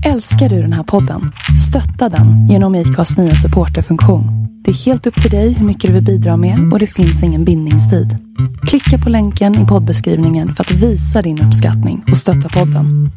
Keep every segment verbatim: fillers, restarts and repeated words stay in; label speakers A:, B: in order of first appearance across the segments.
A: Älskar du den här podden? Stötta den genom I C A:s nya supporterfunktion. Det är helt upp till dig hur mycket du vill bidra med och det finns ingen bindningstid. Klicka på länken i poddbeskrivningen för att visa din uppskattning och stötta podden.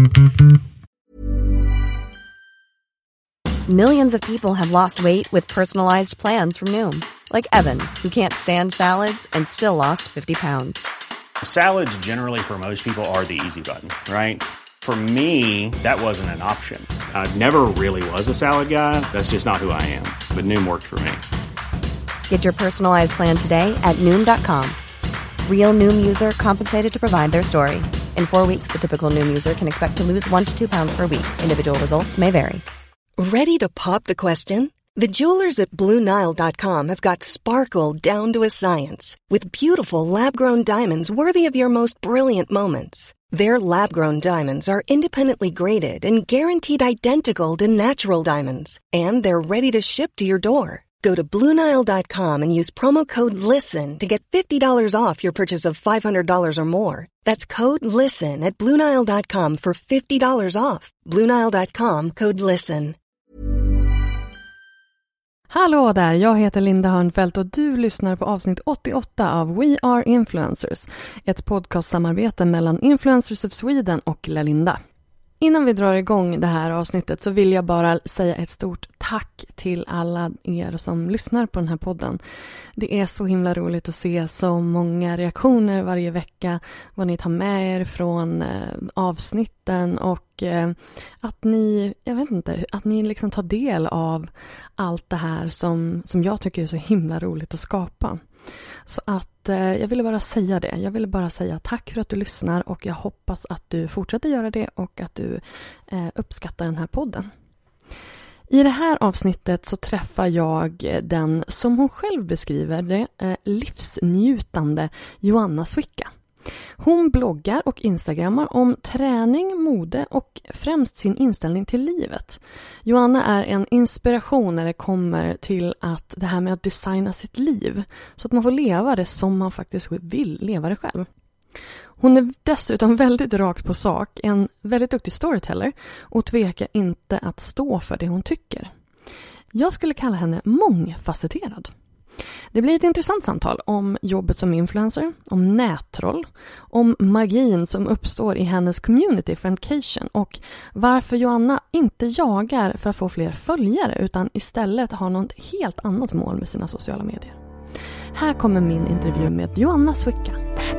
B: Millions of people have lost weight with personalized plans from Noom. Like Evan, who can't stand salads and still lost fifty pounds.
C: Salads generally for most people are the easy button, right? For me, that wasn't an option. I never really was a salad guy. That's just not who I am. But Noom worked for me.
B: Get your personalized plan today at Noom dot com. Real Noom user compensated to provide their story. In four weeks, the typical Noom user can expect to lose one to two pounds per week. Individual results may vary.
D: Ready to pop the question? The jewelers at Blue Nile dot com have got sparkle down to a science with beautiful lab-grown diamonds worthy of your most brilliant moments. Their lab-grown diamonds are independently graded and guaranteed identical to natural diamonds, and they're ready to ship to your door. Go to Blue Nile dot com and use promo code LISTEN to get fifty dollars off your purchase of five hundred dollars or more. That's code LISTEN at Blue Nile dot com for fifty dollars off. Blue Nile dot com, code LISTEN.
E: Hallå där, jag heter Linda Hörnfeldt och du lyssnar på avsnitt åttioåtta av We Are Influencers, ett podcastsamarbete mellan Influencers of Sweden och Lalinda. Innan vi drar igång det här avsnittet så vill jag bara säga ett stort tack till alla er som lyssnar på den här podden. Det är så himla roligt att se så många reaktioner varje vecka, vad ni tar med er från eh, avsnitten och eh, att ni, jag vet inte, att ni liksom tar del av allt det här som, som jag tycker är så himla roligt att skapa. Så att eh, jag ville bara säga det. Jag ville bara säga tack för att du lyssnar och jag hoppas att du fortsätter göra det och att du eh, uppskattar den här podden. I det här avsnittet så träffar jag den, som hon själv beskriver det, eh, livsnjutande Joanna Swicka. Hon bloggar och instagrammar om träning, mode och främst sin inställning till livet. Joanna är en inspiration när det kommer till att det här med att designa sitt liv så att man får leva det som man faktiskt vill leva det själv. Hon är dessutom väldigt rakt på sak, en väldigt duktig storyteller och tvekar inte att stå för det hon tycker. Jag skulle kalla henne mångfacetterad. Det blir ett intressant samtal om jobbet som influencer, om nättroll, om magin som uppstår i hennes community Friendcation och varför Joanna inte jagar för att få fler följare utan istället har något helt annat mål med sina sociala medier. Här kommer min intervju med Joanna Swicka.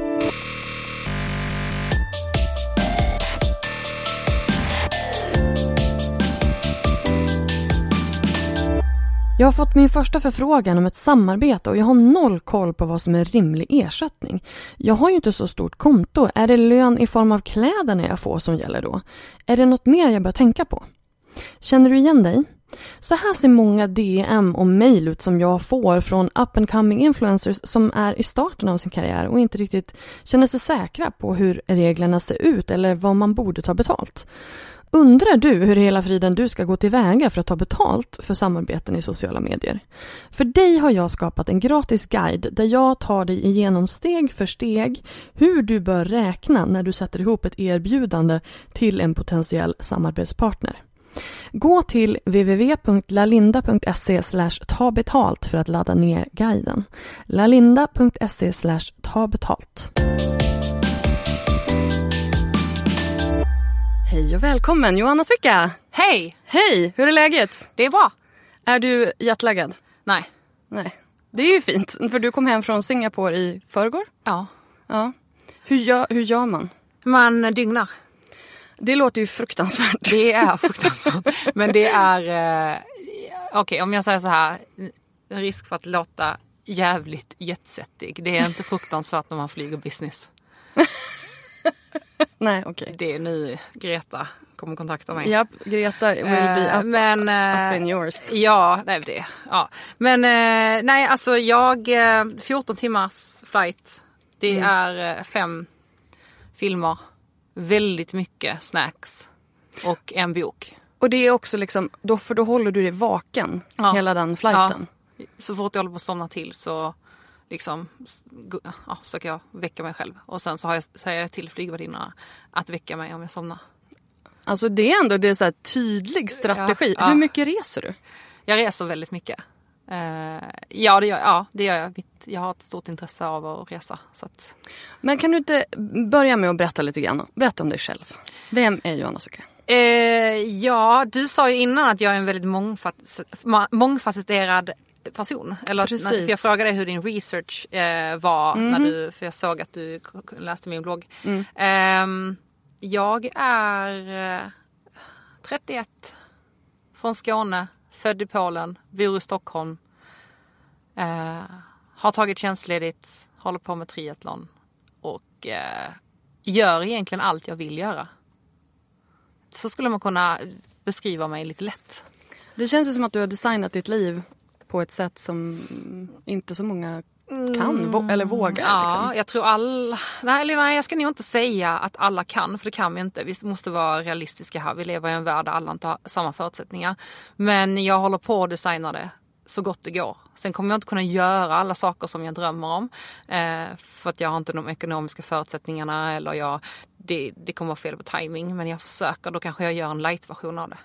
E: Jag har fått min första förfrågan om ett samarbete och jag har noll koll på vad som är rimlig ersättning. Jag har ju inte så stort konto. Är det lön i form av kläderna jag får som gäller då? Är det något mer jag bör tänka på? Känner du igen dig? Så här ser många D M och mejl ut som jag får från up and coming influencers som är i starten av sin karriär och inte riktigt känner sig säkra på hur reglerna ser ut eller vad man borde ta betalt. Undrar du hur hela friden du ska gå tillväga för att ta betalt för samarbeten i sociala medier? För dig har jag skapat en gratis guide där jag tar dig igenom steg för steg hur du bör räkna när du sätter ihop ett erbjudande till en potentiell samarbetspartner. Gå till w w w punkt lalinda punkt se slash ta betalt för att ladda ner guiden. lalinda punkt se slash ta betalt. Hej och välkommen Joanna Swicka.
F: Hej!
E: Hej, hur är läget?
F: Det är bra.
E: Är du jetlaggad?
F: Nej.
E: Nej. Det är ju fint, för du kom hem från Singapore i förrgår.
F: Ja.
E: Ja. Hur gör, hur gör man?
F: Man dygnar.
E: Det låter ju fruktansvärt.
F: Det är fruktansvärt. Men det är... Eh, Okej, okay, om jag säger så här. Risk för att låta jävligt jetsettig. Det är inte fruktansvärt när man flyger business.
E: Nej, okej. Okay.
F: Det är nu Greta kommer kontakta mig.
E: Japp, Greta will be up,
F: men,
E: up in yours.
F: Ja, det är det. Ja. Men nej, alltså jag... fjorton timmars flight. Det mm. är fem filmer. Väldigt mycket snacks. Och en bok. Och det är också liksom... Då, för då håller du dig vaken ja. hela den flighten. Ja. Så fort jag håller på att somna till så... liksom, ja, försöker jag väcka mig själv. Och sen så har jag, säger jag till flygvärdinnorna att väcka mig om jag somnar.
E: Alltså det är ändå det är så här tydlig strategi.
F: Ja, ja.
E: Hur mycket reser du?
F: Jag reser väldigt mycket. Uh, ja, det gör, ja, det gör jag. Jag har ett stort intresse av att resa. Så att...
E: Men kan du inte börja med att berätta lite grann? Berätta om dig själv. Vem är Johanna Zucker?
F: Uh, ja, du sa ju innan att jag är en väldigt mångfac- mångfacetterad person. Eller
E: Precis.
F: När jag frågade dig hur din research uh, var. Mm. När du, för jag såg att du läste min blogg. Mm. Uh, jag är uh, trettioett. Från Skåne. Född i Polen. Bor i Stockholm. Uh, har tagit tjänstledigt. Håller på med triathlon. Och uh, gör egentligen allt jag vill göra. Så skulle man kunna beskriva mig lite lätt.
E: Det känns ju som att du har designat ditt liv på ett sätt som inte så många kan mm. eller vågar.
F: Ja,
E: liksom. Jag
F: tror alla... Nej, nej, jag ska nog inte säga att alla kan, för det kan vi inte. Vi måste vara realistiska här. Vi lever i en värld där alla inte har samma förutsättningar. Men jag håller på att designa det så gott det går. Sen kommer jag inte kunna göra alla saker som jag drömmer om. Eh, för att jag har inte de ekonomiska förutsättningarna. Eller jag, det, det kommer vara fel på timing. Men jag försöker, då kanske jag gör en light-version av det.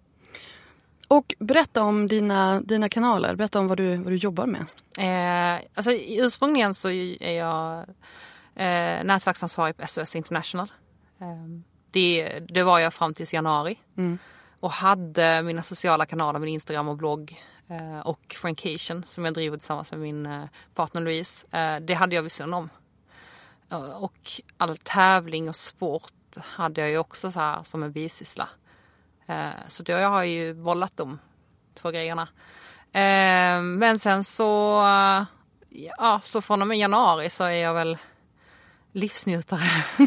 E: Och berätta om dina, dina kanaler. Berätta om vad du, vad du jobbar med.
F: Eh, alltså, ursprungligen så är jag eh, nätverksansvarig på S O S International. Eh, det, det var jag fram till januari. Mm. Och hade mina sociala kanaler, min Instagram och blogg. Eh, och Frankation som jag driver tillsammans med min eh, partner Louise. Eh, det hade jag vid sidan om. Eh, och all tävling och sport hade jag ju också så här som en bisyssla. Eh, så då jag har ju bollat de två grejerna. Eh, men sen så, ja, så från och med januari så är jag väl livsnjutare.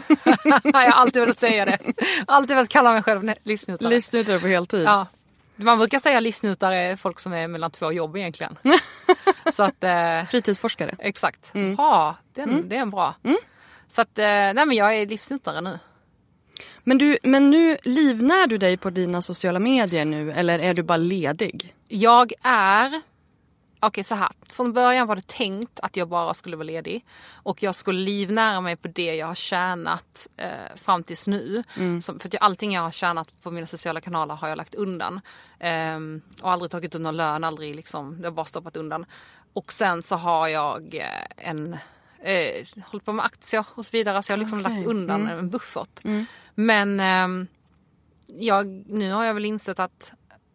F: Jag har alltid velat säga det. Alltid velat kalla mig själv livsnjutare.
E: Livsnjutare på heltid.
F: Ja. Man brukar säga livsnjutare är folk som är mellan två jobb egentligen. Så att, eh,
E: fritidsforskare.
F: Exakt.
E: Mm.
F: Ja, det är,
E: mm.
F: det är en bra.
E: Mm.
F: Så att, eh, nej men jag är livsnjutare nu.
E: Men, du, men nu livnär du dig på dina sociala medier nu eller är du bara ledig?
F: Jag är, okej okay, så här, från början var det tänkt att jag bara skulle vara ledig. Och jag skulle livnära mig på det jag har tjänat eh, fram tills nu. Mm. Som, för att jag, allting jag har tjänat på mina sociala kanaler har jag lagt undan. Eh, och aldrig tagit undan lön, aldrig liksom, det har bara stoppat undan. Och sen så har jag eh, en... Eh, hållit på med aktier och så vidare. Så jag har liksom okay. lagt undan mm. en buffert. Mm. Men eh, jag, nu har jag väl insett att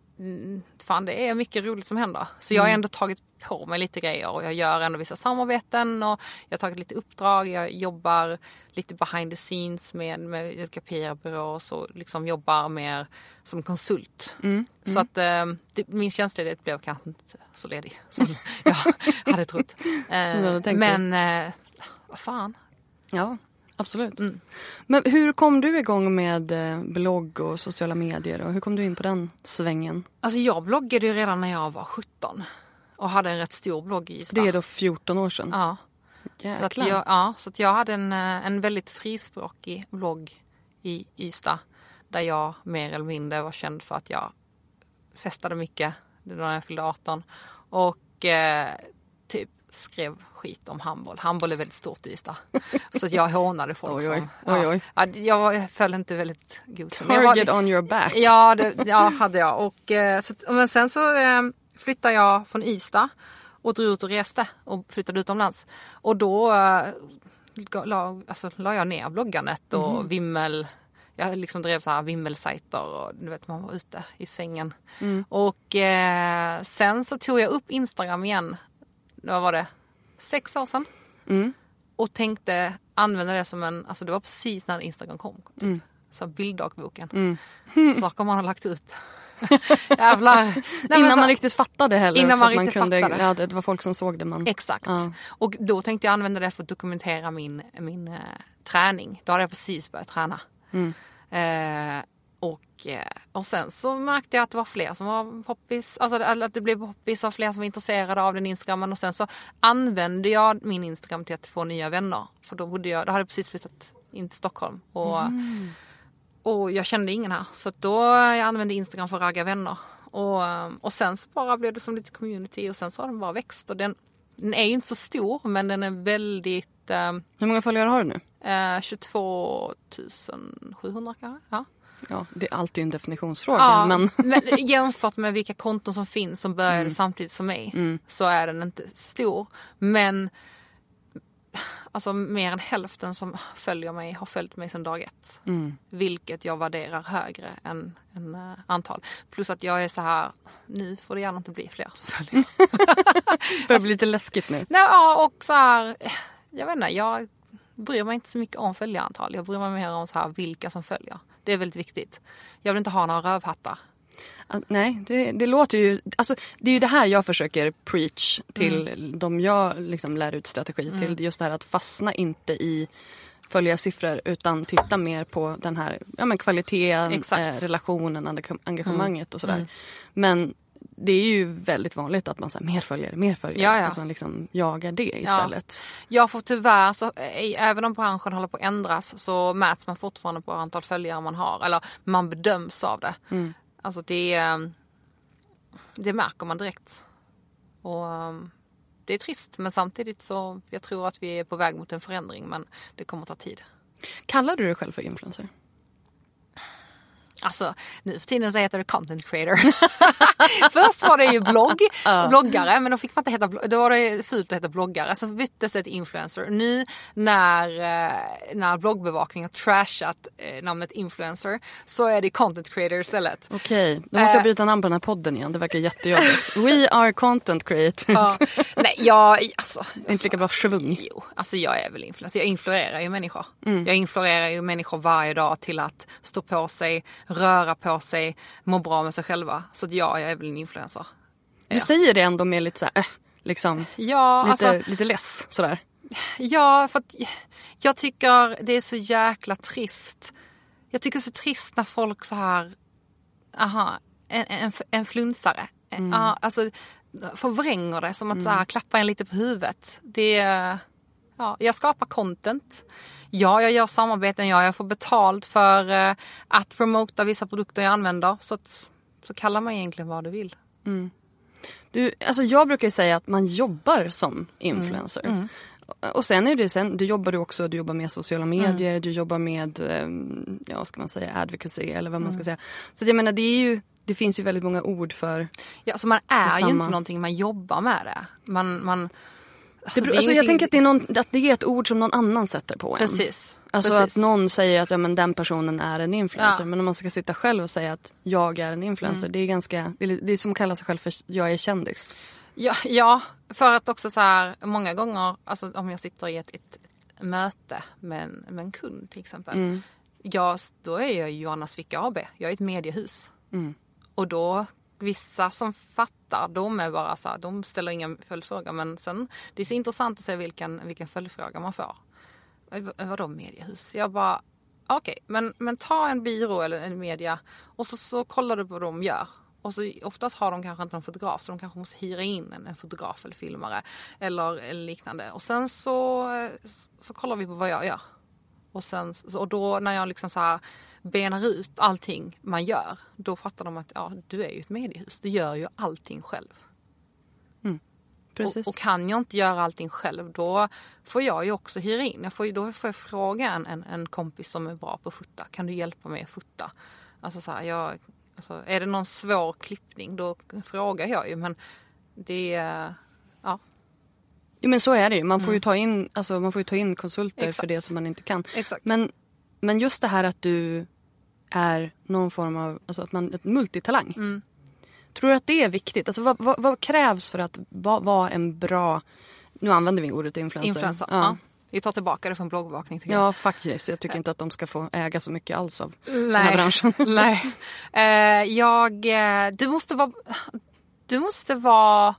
F: mm, fan, det är mycket roligt som händer. Så jag har ändå tagit på mig lite grejer. Och jag gör ändå vissa samarbeten. Och jag har tagit lite uppdrag. Jag jobbar lite behind the scenes med, med olika P R-byråer. Så liksom jobbar mer som konsult. Mm. Så mm. att eh, det, min tjänstledighet blev kanske inte så ledig som jag hade trott. Eh, men eh, vad fan.
E: Ja, absolut. Mm. Men hur kom du igång med blogg och sociala medier? Och hur kom du in på den svängen?
F: Alltså jag bloggade ju redan när jag var sjutton. Och hade en rätt stor blogg i Ystad.
E: Det är då fjorton år sedan?
F: Ja. Så att jag, ja, så att jag hade en, en väldigt frispråkig blogg i Ystad. Där jag mer eller mindre var känd för att jag festade mycket. Det var när jag fyllde arton. Och eh, typ skrev skit om handboll. Handboll är väldigt stort i Ystad. Så att jag hånade folk
E: oj, oj,
F: som...
E: Oj, oj.
F: Ja, jag, jag föll inte väldigt god.
E: Target var, on your back.
F: Ja, det ja, hade jag. Och, eh, så, men sen så eh, flyttade jag från Ystad och drog ut och reste och flyttade utomlands. Och då eh, la, alltså, la jag ner bloggandet och mm. vimmel... Jag liksom drev så här vimmelsajter och du vet man var ute i sängen. Mm. Och eh, sen så tog jag upp Instagram igen. Vad var det? Sex år sedan. Mm. Och tänkte använda det som en, alltså det var precis när Instagram kom. Mm. Så bilddagboken. Mm. Saker man har lagt ut. Jävlar. Nej,
E: innan
F: så,
E: man riktigt fattade heller.
F: Innan
E: så
F: man
E: att man
F: riktigt
E: kunde,
F: fattade.
E: Ja, det var folk som såg det. Man.
F: Exakt.
E: Ja.
F: Och då tänkte jag använda det för att dokumentera min, min eh, träning. Då hade jag precis börjat träna. Mm. Eh, och, och sen så märkte jag att det var fler som var poppis, alltså att det blev poppis av fler som var intresserade av den Instagramen. Och sen så använde jag min Instagram till att få nya vänner. För då bodde jag, då hade jag precis flyttat in till Stockholm. Och, mm. och jag kände ingen här. Så då jag använde Instagram för att ragga vänner. Och, och sen så bara blev det som lite community. Och sen så har den bara växt. Och den, den är ju inte så stor, men den är väldigt... Eh,
E: Hur många följare har du nu?
F: Eh, tjugotvå tusen sjuhundra kanske, ja.
E: Ja, det är alltid en definitionsfråga.
F: Ja,
E: men...
F: men jämfört med vilka konton som finns som började
E: Mm.
F: samtidigt som mig
E: Mm.
F: så är den inte stor. Men alltså mer än hälften som följer mig har följt mig sedan dag ett.
E: Mm.
F: Vilket jag värderar högre än, än uh, antal. Plus att jag är så här, nu får det gärna inte bli fler som följer.
E: Det börjar bli lite läskigt nu.
F: Nej, ja, och så här, jag vet inte, jag bryr mig inte så mycket om följarantal. Jag bryr mig mer om så här, vilka som följer. Det är väldigt viktigt. Jag vill inte ha några rövhattar.
E: Ah, nej, det, det låter ju... Alltså, det är ju det här jag försöker preach till mm. de jag liksom lär ut strategi mm. till. Just det här att fastna inte i följa siffror utan titta mer på den här ja, men kvaliteten, eh, relationen, engagemanget mm. och sådär. Mm. Men det är ju väldigt vanligt att man säger mer följare, mer följare.
F: Ja, ja.
E: Att man liksom jagar det istället.
F: Ja. Jag får tyvärr, så, även om branschen håller på att ändras så mäts man fortfarande på antal följare man har. Eller man bedöms av det. Mm. Alltså det, det märker man direkt. Och det är trist, men samtidigt så jag tror att vi är på väg mot en förändring, men det kommer att ta tid.
E: Kallar du dig själv för influencer?
F: Alltså, nu för tiden så heter det content creator. Först var det ju blogg, uh. bloggare, men då fick man inte heta blogg, då var det fult att heta bloggare. Så bytte sig till influencer. Nu när, när bloggbevakning har trashat eh, namnet influencer så är det content creator istället.
E: Okej, okay. Då måste jag byta namn på den här podden igen. Det verkar jättejobbigt. We are content creators.
F: Ja. Nej, jag, alltså,
E: inte lika bra svung.
F: Jo, alltså jag är väl influencer. Jag influerar ju människor. Mm. Jag influerar ju människor varje dag till att stå på sig, röra på sig, må bra med sig själva. Så att ja, jag är väl en influencer.
E: Du
F: ja.
E: säger det ändå med lite så här, äh, liksom,
F: ja,
E: lite,
F: alltså,
E: lite less sådär.
F: Ja, för att jag tycker det är så jäkla trist. Jag tycker det är så trist när folk så här, aha, en, en, en flunsare. Mm. Uh, alltså, förvränger det som att mm. så här, klappa en lite på huvudet. Det ja, jag skapar content. Ja, jag gör samarbeten. Ja, jag får betalt för uh, att promota vissa produkter jag använder. Så, att, så kallar man egentligen vad du vill.
E: Mm. Du, alltså jag brukar säga att man jobbar som influencer. Mm. Mm. Och sen är det sen, du jobbar du också, du jobbar med sociala medier, mm. du jobbar med, ja ska man säga, advocacy eller vad man ska mm. säga. Så jag menar, det är ju, det finns ju väldigt många ord för.
F: Ja, så man är ju inte någonting, man jobbar med det. Man, man,
E: det, det alltså jag tänker att det, är någon, att det är ett ord som någon annan sätter på en.
F: Precis.
E: Alltså
F: Precis.
E: att någon säger att ja, men den personen är en influencer.
F: Ja.
E: Men om man ska sitta själv och säga att jag är en influencer. Mm. Det är ganska, det är, det är som att kalla sig själv för jag är kändis.
F: Ja, ja, för att också så här, många gånger, alltså om jag sitter i ett, ett möte med en, med en kund till exempel. Mm. Jag, då är jag Johanna Svicka A B. Jag är ett mediehus. Mm. Och då, vissa som fattar, de är bara så här, de ställer inga följdfrågor. Men sen, det är så intressant att se vilken, vilken följdfråga man får. Vadå mediehus? Jag bara, okej, okay, men, men ta en byrå eller en media och så, så kollar du på vad de gör. Och så oftast har de kanske inte en fotograf, så de kanske måste hyra in en, en fotograf eller filmare eller, eller liknande. Och sen så, så kollar vi på vad jag gör. Och, sen, och då när jag liksom så här benar ut allting man gör, då fattar de att ja, du är ju ett mediehus. Du gör ju allting själv.
E: Mm. Precis.
F: Och, och kan jag inte göra allting själv, då får jag ju också hyra in. Jag får, då får jag fråga en, en, en kompis som är bra på att fota. Kan du hjälpa mig att fota? Alltså så här, jag... Alltså, är det någon svår klippning, då frågar jag ju. Men det är, ja.
E: Jo, men så är det ju. Man får ju ta in, alltså, man får ju ta in konsulter
F: Exakt.
E: för det som man inte kan.
F: Exakt.
E: Men, men just det här att du är någon form av, alltså att man, ett multitalang. Mm. Tror du att det är viktigt? Alltså vad, vad, vad krävs för att va, vara en bra, nu använder vi ordet influencer.
F: Influencer, ja. ja. Vi tar tillbaka det från bloggbevakning.
E: Ja, jag. faktiskt. Jag tycker inte att de ska få äga så mycket alls av
F: Nej.
E: den här branschen.
F: Nej. Uh, jag, du måste vara, du måste vara,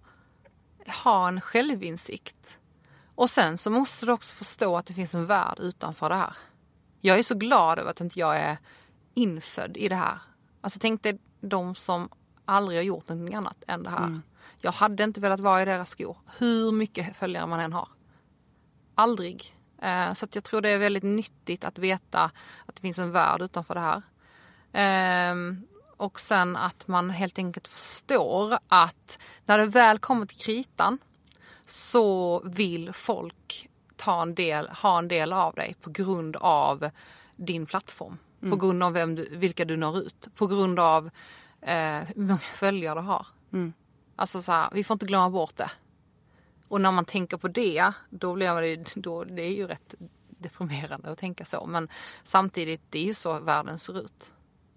F: ha en självinsikt. Och sen så måste du också förstå att det finns en värld utanför det här. Jag är så glad över att inte jag är infödd i det här. Alltså tänk dig de som aldrig har gjort någonting annat än det här. Mm. Jag hade inte velat vara i deras skor. Hur mycket följare man än har. Aldrig. Eh, så att jag tror det är väldigt nyttigt att veta att det finns en värld utanför det här. Eh, och sen att man helt enkelt förstår att när det väl kommer till kritan så vill folk ta en del, ha en del av dig på grund av din plattform. Mm. På grund av vem du, vilka du når ut. På grund av eh, hur många följare du har.
E: Mm.
F: Alltså så här, vi får inte glömma bort det. Och när man tänker på det, då blir man det, då, det är ju rätt deprimerande att tänka så. Men samtidigt, det är ju så världen ser ut.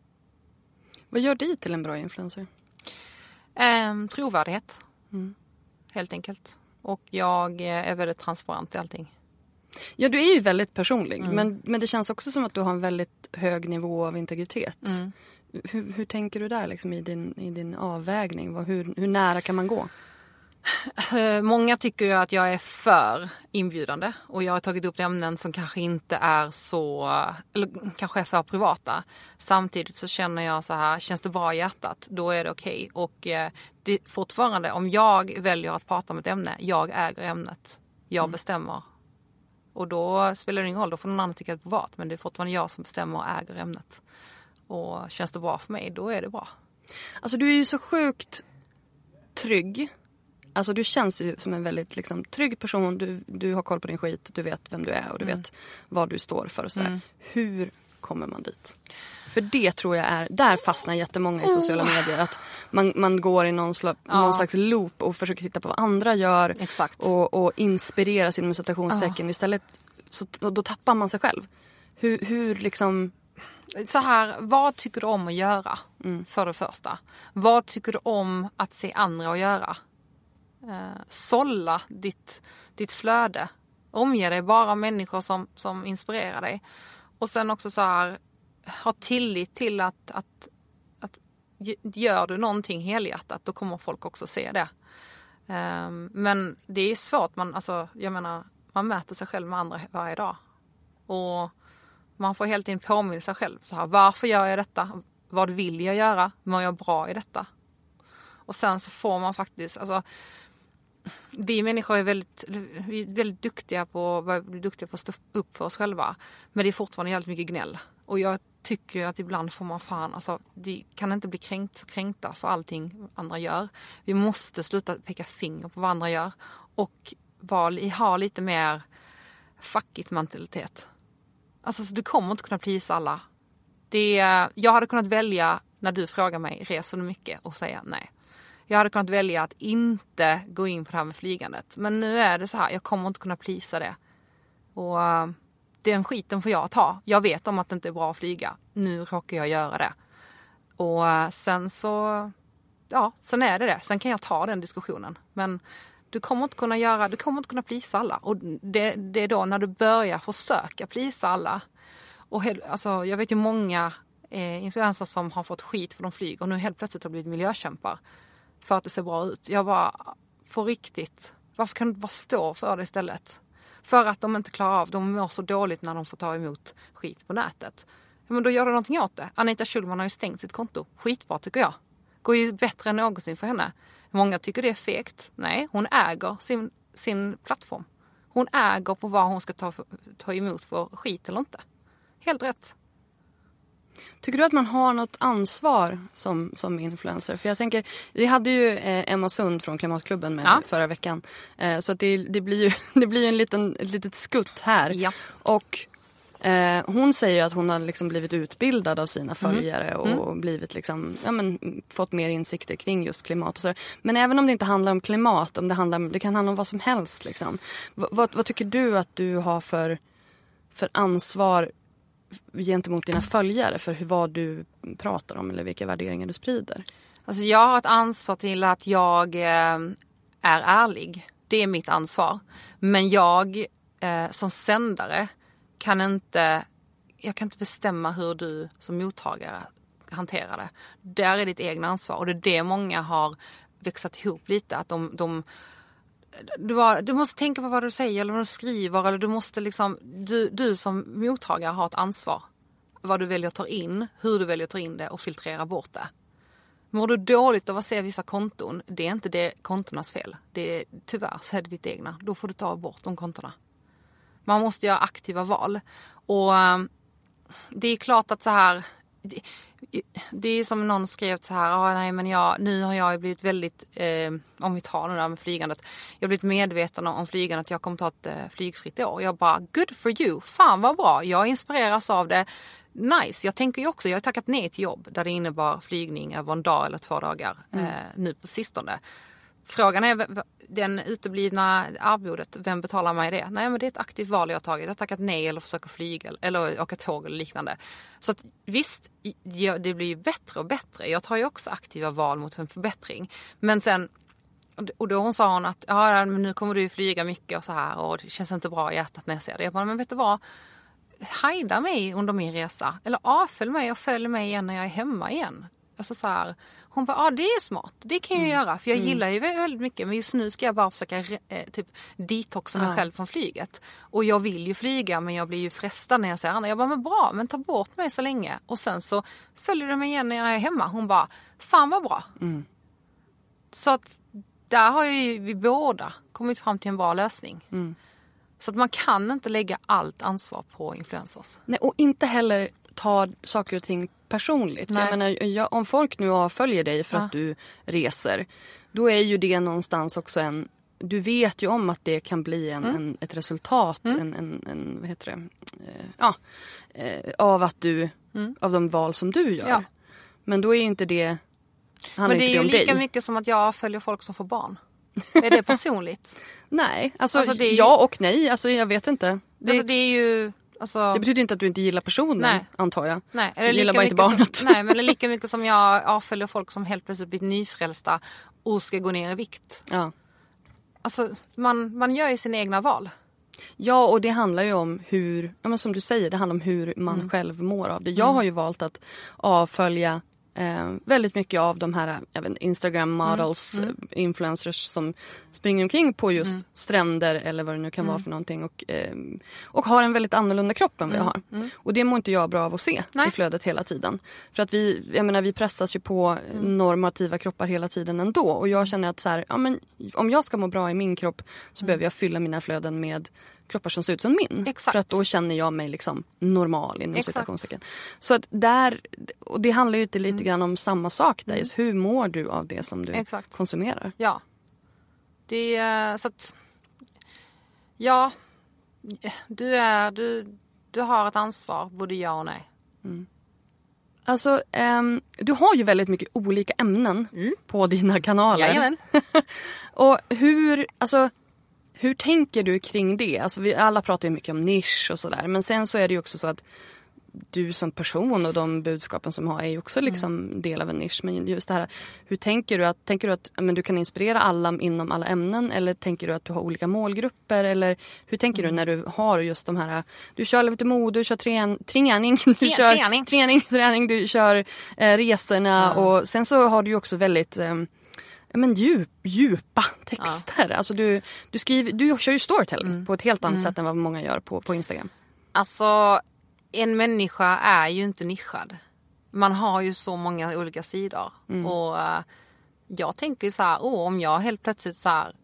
E: Vad gör dig till en bra influencer?
F: Eh, trovärdighet.
E: Mm.
F: Helt enkelt. Och jag är väldigt transparent i allting.
E: Ja, du är ju väldigt personlig.
F: Mm.
E: Men, men det känns också som att du har en väldigt hög nivå av integritet.
F: Mm.
E: Hur, hur tänker du där liksom, i, din, i din avvägning? Vad, hur, hur nära kan man gå?
F: Många tycker ju att jag är för inbjudande. Och jag har tagit upp ämnen som kanske inte är så, eller kanske är för privata. Samtidigt så känner jag så här, känns det bra i hjärtat, då är det okej. Och eh, det, fortfarande, om jag väljer att prata om ett ämne, jag äger ämnet. Jag mm. bestämmer. Och då spelar det ingen roll, då får någon annan tycka att det är privat. Men det är fortfarande jag som bestämmer och äger ämnet. Och känns det bra för mig, då är det bra.
E: Alltså du är ju så sjukt trygg. Alltså du känns ju som en väldigt liksom, trygg person. Du, du har koll på din skit, du vet vem du är och du mm. vet vad du står för. Och sådär. Mm. Hur kommer man dit? För det tror jag är, där fastnar jättemånga i sociala oh. medier. Att man, man går i någon slags, ja. någon slags loop och försöker titta på vad andra gör.
F: Exakt.
E: Och, och inspireras inom citationstecken. Oh. Istället så då tappar man sig själv. Hur, hur liksom...
F: Så här, vad tycker du om att göra?
E: Mm.
F: För det första. Vad tycker du om att se andra att göra? Eh, sålla ditt, ditt flöde. Omge dig bara människor som, som inspirerar dig. Och sen också så här, ha tillit till att, att, att gör du någonting helhjärtat, då kommer folk också se det. Eh, men det är svårt. Man, alltså, jag menar, man mäter sig själv med andra varje dag. Och man får helt enkelt påminna sig själv. Så här, varför gör jag detta? Vad vill jag göra? Mår jag bra i detta? Och sen så får man faktiskt... Alltså, vi människor är väldigt, vi är väldigt duktiga på, duktiga på att stå upp för oss själva. Men det är fortfarande jävligt mycket gnäll. Och jag tycker att ibland får man fan... Alltså, vi kan inte bli kränkt, kränkta för allting andra gör. Vi måste sluta peka finger på vad andra gör. Och var, ha lite mer fuckigt mentalitet. Alltså, så du kommer inte kunna plisa alla. Det, jag hade kunnat välja, när du frågar mig, reser du mycket? Och säga nej. Jag hade kunnat välja att inte gå in på det här med flygandet. Men nu är det så här, jag kommer inte kunna plisa det. Och uh, den skiten får jag ta. Jag vet om att det inte är bra att flyga. Nu råkar jag göra det. Och uh, sen så, ja, sen är det det. Sen kan jag ta den diskussionen. Men du kommer inte kunna göra, du kommer inte kunna plisa alla. Och det, det är då när du börjar försöka plisa alla. Och he, alltså, jag vet ju många eh, influencers som har fått skit för de flyger. Och nu helt plötsligt har blivit miljökämpar. För att det ser bra ut. Jag bara, på riktigt. Varför kan du bara stå för det istället? För att de inte klarar av, de mår så dåligt när de får ta emot skit på nätet. Ja, men då gör du någonting åt det. Anita Schulman har ju stängt sitt konto. Skitbra tycker jag. Går ju bättre än någonsin för henne. Många tycker det är fegt. Nej, hon äger sin, sin plattform. Hon äger på vad hon ska ta, ta emot för skit eller inte. Helt rätt.
E: Tycker du att man har något ansvar som, som influencer? För jag tänker, vi hade ju eh, Emma Sund från Klimatklubben med ja. förra veckan. Eh, så att det, det blir ju det blir en liten, ett litet skutt här. Ja. Och eh, hon säger att hon har liksom blivit utbildad av sina följare mm. och mm. blivit liksom, ja, men, fått mer insikter kring just klimat och sådär. Men även om det inte handlar om klimat, om det, handlar, det kan handla om vad som helst. Liksom. V- vad, vad tycker du att du har för, för ansvar gentemot dina följare för hur, vad du pratar om eller vilka värderingar du sprider?
F: Alltså jag har ett ansvar till att jag eh, är ärlig. Det är mitt ansvar. Men jag eh, som sändare kan inte, jag kan inte bestämma hur du som mottagare hanterar det. Där är ditt egna ansvar. Och det är det många har växat ihop lite. Att de... de Du, var, du måste tänka på vad du säger eller vad du skriver. Eller du måste liksom, du, du som mottagare har ett ansvar. Vad du väljer att ta in, hur du väljer att ta in det och filtrera bort det. Mår du dåligt av att se vissa konton, det är inte det kontornas fel. Det är, tyvärr så är det ditt egna. Då får du ta bort de kontorna. Man måste göra aktiva val. Och det är klart att så här... Det, det är som någon skrev så här, ah, nej men jag, nu har jag blivit väldigt, eh, om vi tar det där med flygandet, jag har blivit medveten om flygandet, jag kommer ta ett eh, flygfritt år. Jag bara, good for you, fan vad bra, jag inspireras av det, nice. Jag tänker ju också, jag har tackat nej till jobb där det innebar flygning över en dag eller två dagar mm. eh, nu på sistone. Frågan är, den uteblivna arvodet, vem betalar mig det? Nej, men det är ett aktivt val jag har tagit. Jag har tackat nej eller försöker flyga eller åka tåg eller liknande. Så att, visst, det blir ju bättre och bättre. Jag tar ju också aktiva val mot en förbättring. Men sen, och då hon sa hon att ja, men nu kommer du flyga mycket och så här och det känns inte bra i hjärtat när jag ser det. Jag bara, men vet du vad? Hejda mig under min resa. Eller avfölj mig och följ mig igen när jag är hemma igen. Alltså så här, hon bara, ja ah, det är smart. Det kan jag mm. göra. För jag mm. gillar ju väldigt mycket. Men just nu ska jag bara försöka eh, typ detoxa mig ja. själv från flyget. Och jag vill ju flyga men jag blir ju frestad när jag ser andra. Jag bara, men bra, men ta bort mig så länge. Och sen så följer du mig igen när jag är hemma. Hon bara, fan vad bra. Mm. Så att där har ju vi båda kommit fram till en bra lösning. Mm. Så att man kan inte lägga allt ansvar på influencers.
E: Nej, och inte heller ta saker och ting personligt. För jag menar, jag, om folk nu avföljer dig för ja. att du reser, då är ju det någonstans också en... Du vet ju om att det kan bli en, mm. en, ett resultat, mm. en, en, en, vad heter det? Eh, ja, eh, av att du, mm. av de val som du gör. Ja. Men då är ju inte det...
F: Men det är ju lika dig. mycket som att jag avföljer folk som får barn. Är det personligt?
E: Nej, alltså, alltså det är ju... ja och nej. Alltså jag vet inte.
F: Det, alltså, det är ju... Alltså...
E: Det betyder inte att du inte gillar personen, nej. antar jag.
F: Nej,
E: du gillar bara inte barnet.
F: Som, nej, men det är lika mycket som jag avföljer folk som helt plötsligt blir nyfrälsta och ska gå ner i vikt.
E: Ja.
F: Alltså, man, man gör ju sina egna val.
E: Ja, och det handlar ju om hur, ja, men som du säger, det handlar om hur man mm. själv mår av det. Jag mm. har ju valt att avfölja Eh, väldigt mycket av de här jag vet, Instagram models, mm. Mm. influencers som springer omkring på just mm. stränder eller vad det nu kan mm. vara för någonting och, eh, och har en väldigt annorlunda kropp än vad jag har. Mm. Och det mår inte jag bra av att se Nej. i flödet hela tiden. För att vi, jag menar, vi pressas ju på mm. normativa kroppar hela tiden ändå. Och jag känner att så här, ja, men, om jag ska må bra i min kropp så mm. behöver jag fylla mina flöden med kroppar som ser ut som min.
F: Exakt.
E: För att då känner jag mig liksom normal inom citationstecken. Så att där, och det handlar ju lite, lite mm. grann om samma sak där. Just hur mår du av det som du Exakt. konsumerar?
F: Ja. Det är så att ja, du är du, du har ett ansvar, både ja och nej.
E: Mm. Alltså, um, du har ju väldigt mycket olika ämnen mm. på dina kanaler.
F: Jajamän.
E: Och hur, alltså hur tänker du kring det? Alltså vi alla pratar ju mycket om nisch och sådär. Men sen så är det ju också så att du som person och de budskapen som du har är ju också liksom mm. del av en nisch. Men just det här, hur tänker du att, tänker du att men du kan inspirera alla inom alla ämnen? Eller tänker du att du har olika målgrupper? Eller hur tänker mm. du när du har just de här, du kör lite mode, du kör trän, träning, du
F: T-
E: kör
F: träning.
E: träning, träning, du kör eh, resorna mm. och sen så har du ju också väldigt... Eh, men djup, djupa texter. Ja. Alltså du, du, skriver, du kör ju storytelling mm. på ett helt annat mm. sätt än vad många gör på, på Instagram.
F: Alltså, en människa är ju inte nischad. Man har ju så många olika sidor. Mm. Och uh, jag tänker så här, oh, om jag helt plötsligt så här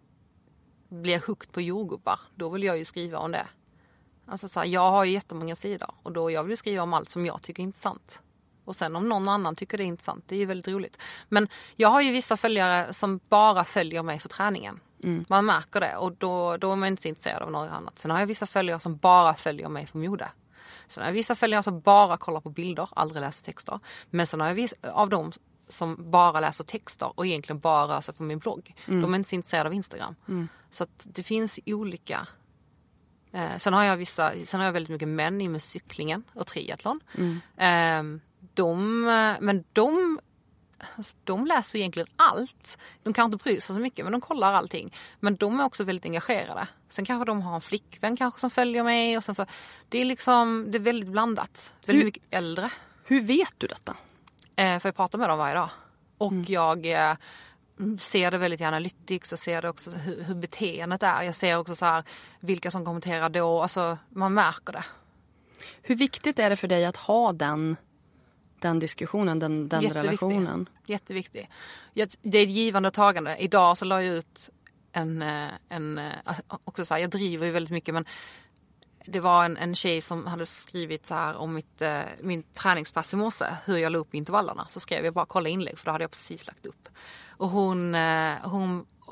F: blir hooked på jordgubbar, då vill jag ju skriva om det. Alltså så här, jag har ju jättemånga sidor och då jag vill skriva om allt som jag tycker är intressant. Och sen om någon annan tycker det är intressant, det är ju väldigt roligt. Men jag har ju vissa följare som bara följer mig för träningen. Mm. Man märker det och då, då är man inte så intresserad av något annat. Sen har jag vissa följare som bara följer mig för mode. Sen har jag vissa följare som bara kollar på bilder, aldrig läser texter. Men sen har jag vissa av dem som bara läser texter och egentligen bara rör sig på min blogg. Mm. De är inte så intresserade av Instagram. Mm. Så att det finns olika... Eh, sen har jag vissa, sen har jag väldigt mycket män i med cyklingen och triathlon. Mm. Eh, de, men de, alltså, de läser egentligen allt. De kan inte bry sig så mycket, men de kollar allting. Men de är också väldigt engagerade. Sen kanske de har en flickvän kanske som följer mig. Och sen så, det är liksom, det är väldigt blandat. Väldigt hur, mycket äldre.
E: Hur vet du detta?
F: Eh, för jag pratar med dem varje dag. Och mm. jag... Eh, ser det väldigt gärna analytics och ser det också hur, hur beteendet är. Jag ser också så här vilka som kommenterar då. Alltså man märker det.
E: Hur viktigt är det för dig att ha den, den diskussionen, den, den
F: Jätteviktig.
E: relationen?
F: Jätteviktigt. Det är ett givande och tagande. Idag så la jag ut en... en också så här, jag driver ju väldigt mycket men det var en, en tjej som hade skrivit så här om mitt, min träningspass i morse. Hur jag la upp intervallerna. Så skrev jag bara kolla inlägg för då hade jag precis lagt upp. Och hon, hon,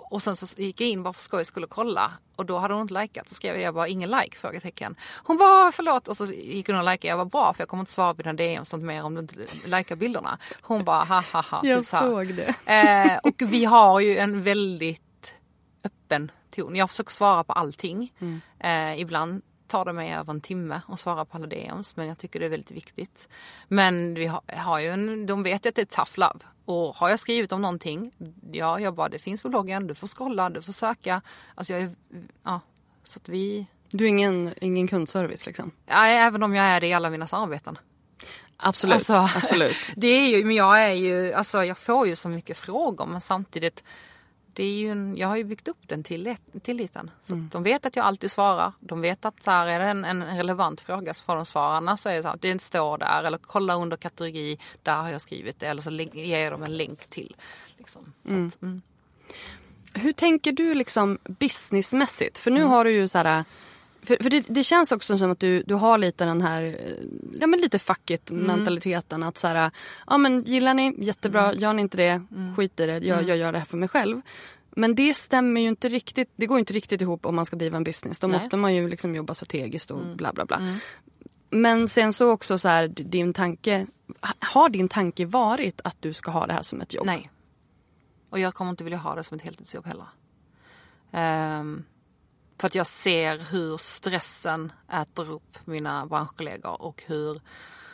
F: Och sen så gick jag in bara för skoj skulle kolla. Och då hade hon inte likat. Så skrev jag bara ingen like, frågetecken. Hon bara förlåt. Och så gick hon och likade. Jag var bra för jag kommer inte svara på dina D M sånt mer om du inte likar bilderna. Hon bara ha ha ha.
E: Jag såg det.
F: Eh, och vi har ju en väldigt öppen ton. Jag försöker svara på allting. Mm. Eh, ibland tar det mig över en timme och svara på alla D Ms. Men jag tycker det är väldigt viktigt. Men vi har, har ju en, de vet ju att det är tough love. Och har jag skrivit om någonting, ja, jag bara, det finns på bloggen, du får scrolla, du får söka. Alltså jag är, ja, så att vi...
E: Du är ingen, ingen kundservice liksom?
F: Ja, även om jag är det i alla mina samarbeten.
E: Absolut, alltså, absolut.
F: Det är ju, men jag är ju, alltså jag får ju så mycket frågor, men samtidigt, det är ju en, jag har ju byggt upp den tillit, tilliten. Så mm. de vet att jag alltid svarar. De vet att så här är det en, en relevant fråga så får de svara. Annars så är det så här, det står där. Eller kolla under kategori, där har jag skrivit det. Eller så ger jag dem en länk till. Liksom.
E: Mm.
F: Att, mm.
E: Hur tänker du liksom businessmässigt? För nu
F: mm.
E: har du ju så här... För, för det, det känns också som att du, du har lite den här, ja men lite fackigt
F: Mm.
E: mentaliteten att så här, ja men gillar ni, jättebra,
F: Mm.
E: gör ni inte det,
F: Mm.
E: skit i det, jag,
F: Mm.
E: jag gör det här för mig själv. Men det stämmer ju inte riktigt, det går inte riktigt ihop om man ska driva en business. Då
F: Nej.
E: måste man ju liksom jobba strategiskt och
F: Mm.
E: bla bla bla.
F: Mm.
E: Men sen så också så här, din tanke, har din tanke varit att du ska ha det här som ett jobb?
F: Nej. Och jag kommer inte vilja ha det som ett heltidsjobb heller. Um, för att jag ser hur stressen äter upp mina branschkollegor och hur uh,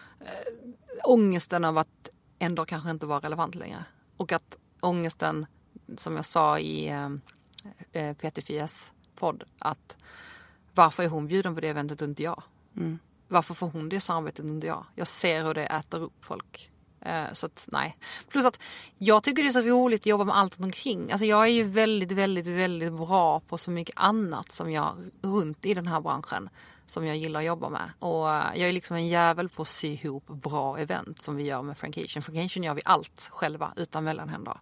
F: ångesten av att ändå kanske inte vara relevant längre. Och att ångesten, som jag sa i uh, P T F I S podd, att varför är hon bjuden på det eventet och inte jag?
E: Mm.
F: Varför får hon det samarbetet och inte jag? Jag ser hur det äter upp folk. Så att nej. Plus att jag tycker det är så roligt att jobba med allt omkring. Alltså jag är ju väldigt, väldigt, väldigt bra på så mycket annat som jag runt i den här branschen som jag gillar att jobba med. Och jag är liksom en jävel på att sy ihop bra event som vi gör med Frankation. Frankation gör vi allt själva utan mellanhänder.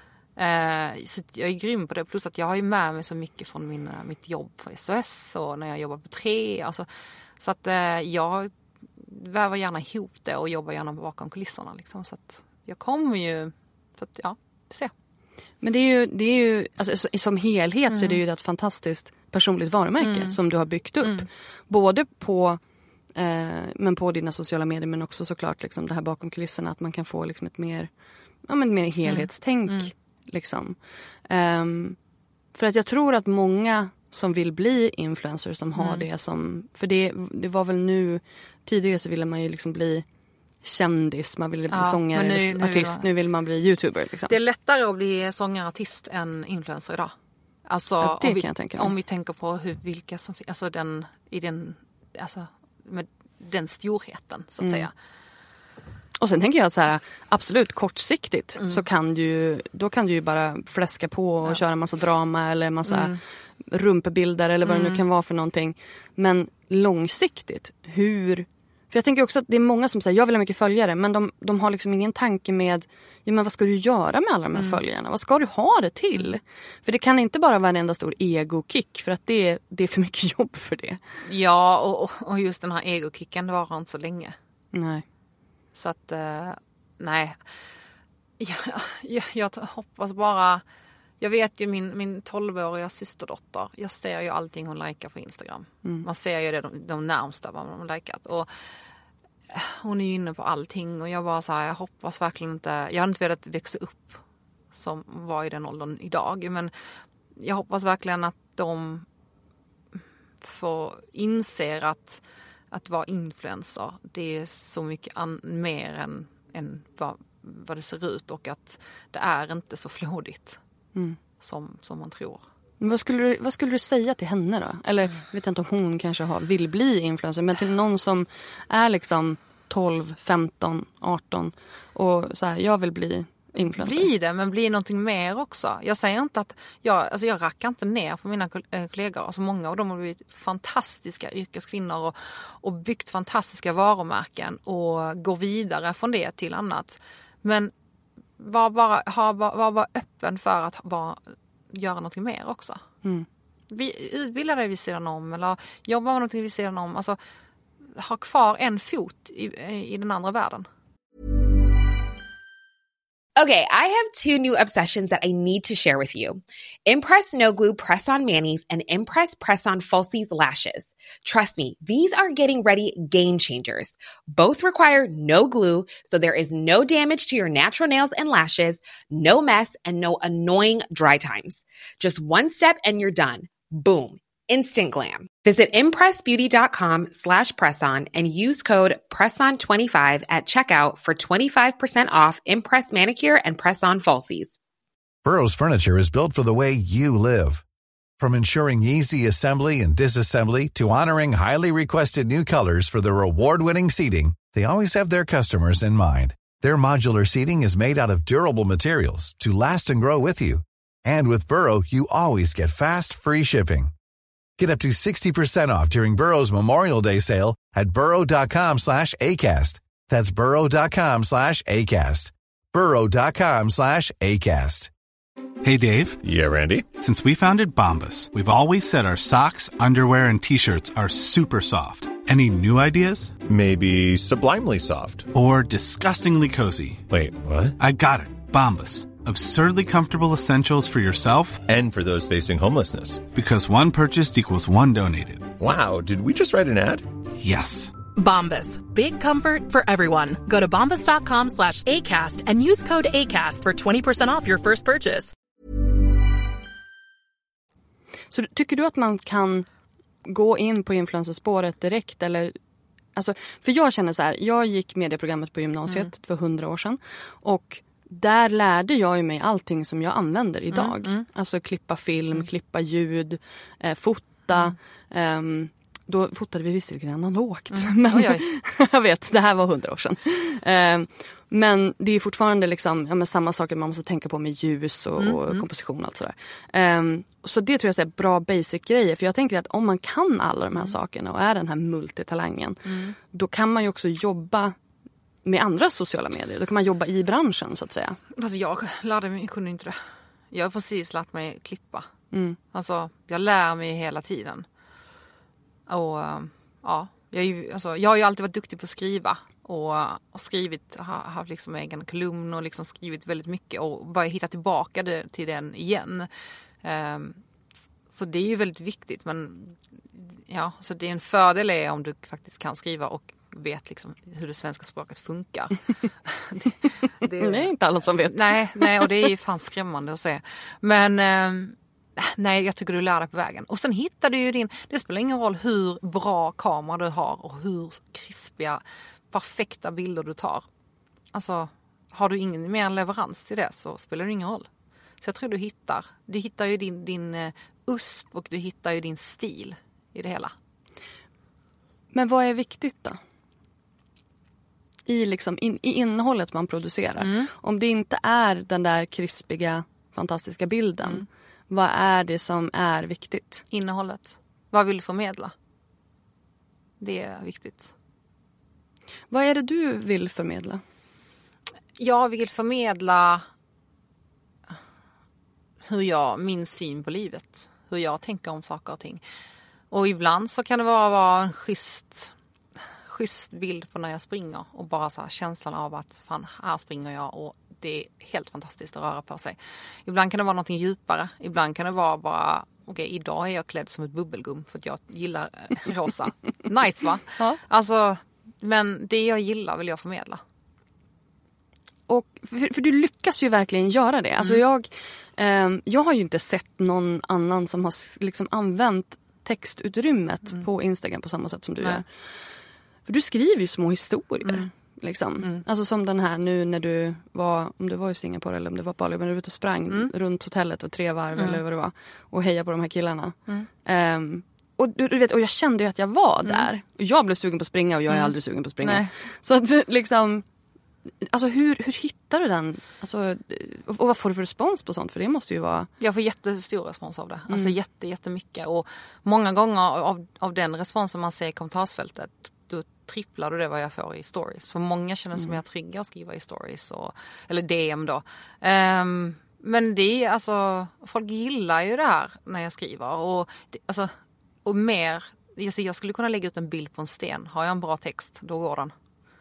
F: Så jag är grym på det. Plus att jag har ju med mig så mycket från min, mitt jobb på S O S och när jag jobbar på tre. Alltså, så att jag väver gärna ihop det och jobbar gärna bakom kulisserna. Liksom. Så att jag kommer ju... Så att, ja, se.
E: Men det är ju... Det är ju alltså, som helhet mm. så är det ju ett fantastiskt personligt varumärke mm. som du har byggt upp. Mm. Både på, eh, men på dina sociala medier men också såklart liksom, det här bakom kulisserna. Att man kan få liksom, ett mer, ja, men mer helhetstänk. Mm. Liksom. Um, för att jag tror att många som vill bli influencers som har mm. det som... För det, det var väl nu... Tidigare så ville man ju liksom bli kändis. Man ville bli ja, sångare nu, eller artist. Nu vill, man... nu vill man bli YouTuber. Liksom.
F: Det är lättare att bli sångare artist än influencer idag. Alltså,
E: ja, det
F: om, vi,
E: kan jag tänka mig.
F: Om vi tänker på hur, vilka som... Alltså den... I den alltså, med den storheten, så att mm. säga.
E: Och sen tänker jag att så här, absolut kortsiktigt
F: mm.
E: så kan du... Då kan du ju bara fläska på och ja. köra en massa drama eller en massa... Mm. rumpebilder eller vad mm. det nu kan vara för någonting. Men långsiktigt, hur... För jag tänker också att det är många som säger, jag vill ha mycket följare, men de, de har liksom ingen tanke med, ja men vad ska du göra med alla de här mm. följarna? Vad ska du ha det till? För det kan inte bara vara en enda stor ego-kick, för att det, det är för mycket jobb för det.
F: Ja, och, och just den här ego-kicken varar inte så länge.
E: Nej.
F: Så att, uh, nej. Jag, jag, jag hoppas bara... Jag vet ju min, min tolvåriga systerdotter. Jag ser ju allting hon likar på Instagram. Mm. Man ser ju det de, de närmsta vad hon likat. Och hon är ju inne på allting. Och jag bara så här, jag hoppas verkligen inte... Jag har inte velat växa upp som var i den åldern idag. Men jag hoppas verkligen att de får inser att, att vara influencer, det är så mycket an, mer än, än vad, vad det ser ut. Och att det är inte så flådigt. Mm. Som, som man tror.
E: Men vad, skulle du, vad skulle du säga till henne då? Eller mm. jag vet inte om hon kanske har, vill bli influencer. Men till någon som är liksom tolv, femton, arton. Och så här, jag vill bli influencer.
F: Bli det, men bli någonting mer också. Jag säger inte att, jag, alltså jag rackar inte ner på mina kollegor. Alltså många av dem har blivit fantastiska yrkeskvinnor. Och, och byggt fantastiska varumärken. Och går vidare från det till annat. Men Var bara, ha, var, var bara öppen för att bara göra något mer också. Mm. Vi, utbilda dig vid sidan om eller jobba med något vid sidan om. Alltså, ha kvar en fot i, i den andra världen.
G: Okay, I have two new obsessions that I need to share with you. Impress No Glue Press-On Manis and Impress Press-On Falsies Lashes. Trust me, these are getting ready game changers. Both require no glue, so there is no damage to your natural nails and lashes, no mess, and no annoying dry times. Just one step and you're done. Boom. Instant glam. Visit impressbeauty.com slash presson and use code presson twenty-five at checkout for twenty-five percent off Impress manicure and press-on falsies.
H: Burrow's furniture is built for the way you live. From ensuring easy assembly and disassembly to honoring highly requested new colors for their award-winning seating, they always have their customers in mind. Their modular seating is made out of durable materials to last and grow with you. And with Burrow, you always get fast, free shipping. Get up to sixty percent off during Burrow's Memorial Day sale at burrow.com slash ACAST. That's burrow.com slash ACAST. burrow.com slash ACAST.
I: Hey, Dave.
J: Yeah, Randy.
I: Since we founded Bombas, we've always said our socks, underwear, and T-shirts are super soft. Any new ideas?
J: Maybe sublimely soft.
I: Or disgustingly cozy.
J: Wait, what?
I: I got it. Bombas. Absurdly comfortable essentials for yourself
J: and for those facing homelessness.
I: Because one purchased equals one donated.
J: Wow, did we just write an ad?
I: Yes.
K: Bombas. Big comfort for everyone. Go to bombas.com slash ACAST and use code ACAST for twenty percent off your first purchase.
E: Så tycker du att man kan gå in på influencerspåret direkt? Eller, alltså, för jag känner så här, jag gick medieprogrammet på gymnasiet mm. för hundra år sedan. Och där lärde jag ju mig allting som jag använder idag. Mm, mm. Alltså klippa film, mm. klippa ljud, eh, fota. Mm. Eh, då fotade vi visserligen analogt. Mm. Men oj, oj. Jag vet, det här var hundra år sedan. Eh, men det är fortfarande liksom, ja, men samma saker man måste tänka på med ljus och, mm, och komposition och allt sådär. Eh, så det tror jag är bra basic-grejer. För jag tänker att om man kan alla de här mm. sakerna och är den här multitalangen. Mm. Då kan man ju också jobba med andra sociala medier. Då kan man jobba i branschen så att säga.
F: Alltså jag lärde mig, jag kunde inte det. Jag har precis lärt mig klippa.
E: Mm.
F: Alltså jag lär mig hela tiden. Och ja, jag, är ju, alltså, jag har ju alltid varit duktig på att skriva. Och, och skrivit, har haft liksom egen kolumn och liksom skrivit väldigt mycket. Och bara hitta tillbaka det, till den igen. Um, så det är ju väldigt viktigt. Men ja, så det är en fördel är om du faktiskt kan skriva och vet liksom hur det svenska språket funkar. det, det,
E: det är inte alla som vet.
F: Nej, nej, och det är ju fan skrämmande att se. Men eh, nej, jag tycker du lär dig på vägen. Och sen hittar du ju din, det spelar ingen roll hur bra kamera du har och hur krispiga, perfekta bilder du tar. Alltså, har du ingen mer leverans till det så spelar det ingen roll. Så jag tror du hittar, du hittar ju din, din uh, U S P och du hittar ju din stil i det hela.
E: Men vad är viktigt då? I, liksom, in, i innehållet man producerar. Mm. Om det inte är den där krispiga, fantastiska bilden. Mm. Vad är det som är viktigt?
F: Innehållet. Vad vill du förmedla? Det är viktigt.
E: Vad är det du vill förmedla?
F: Jag vill förmedla hur jag, min syn på livet. Hur jag tänker om saker och ting. Och ibland så kan det vara, vara en schysst, schysst bild på när jag springer. Och bara så här känslan av att fan, här springer jag och det är helt fantastiskt att röra på sig. Ibland kan det vara något djupare. Ibland kan det vara bara, okej, okay, idag är jag klädd som ett bubbelgum för att jag gillar rosa. Nice, va? Ja. Alltså, men det jag gillar vill jag förmedla.
E: Och för, för du lyckas ju verkligen göra det. Alltså mm. jag, eh, jag har ju inte sett någon annan som har liksom använt textutrymmet mm. på Instagram på samma sätt som du Nej. gör. För du skriver ju små historier. Mm. Liksom. Mm. Alltså som den här nu när du var, om du var i Singapore eller om det var Bali, men du var ute och sprang mm. runt hotellet och tre varv mm. eller vad det var. Och heja på de här killarna. Mm. Um, och, du, du vet, och jag kände ju att jag var mm. där. Och jag blev sugen på att springa och jag är mm. aldrig sugen på att springa. Nej. Så att liksom, alltså hur, hur hittar du den? Alltså, och vad får du för respons på sånt? För det måste ju vara...
F: Jag får jättestor respons av det. Alltså mm. jätte, jättemycket. Och många gånger av, av den responsen man ser i kommentarsfältet, då tripplar du det vad jag får i stories. För många känner sig mm. mer trygga att skriva i stories. Och, eller D M då. Um, men det är alltså, folk gillar ju det här när jag skriver. Och, det, alltså, och mer, alltså jag skulle kunna lägga ut en bild på en sten. Har jag en bra text, då går den.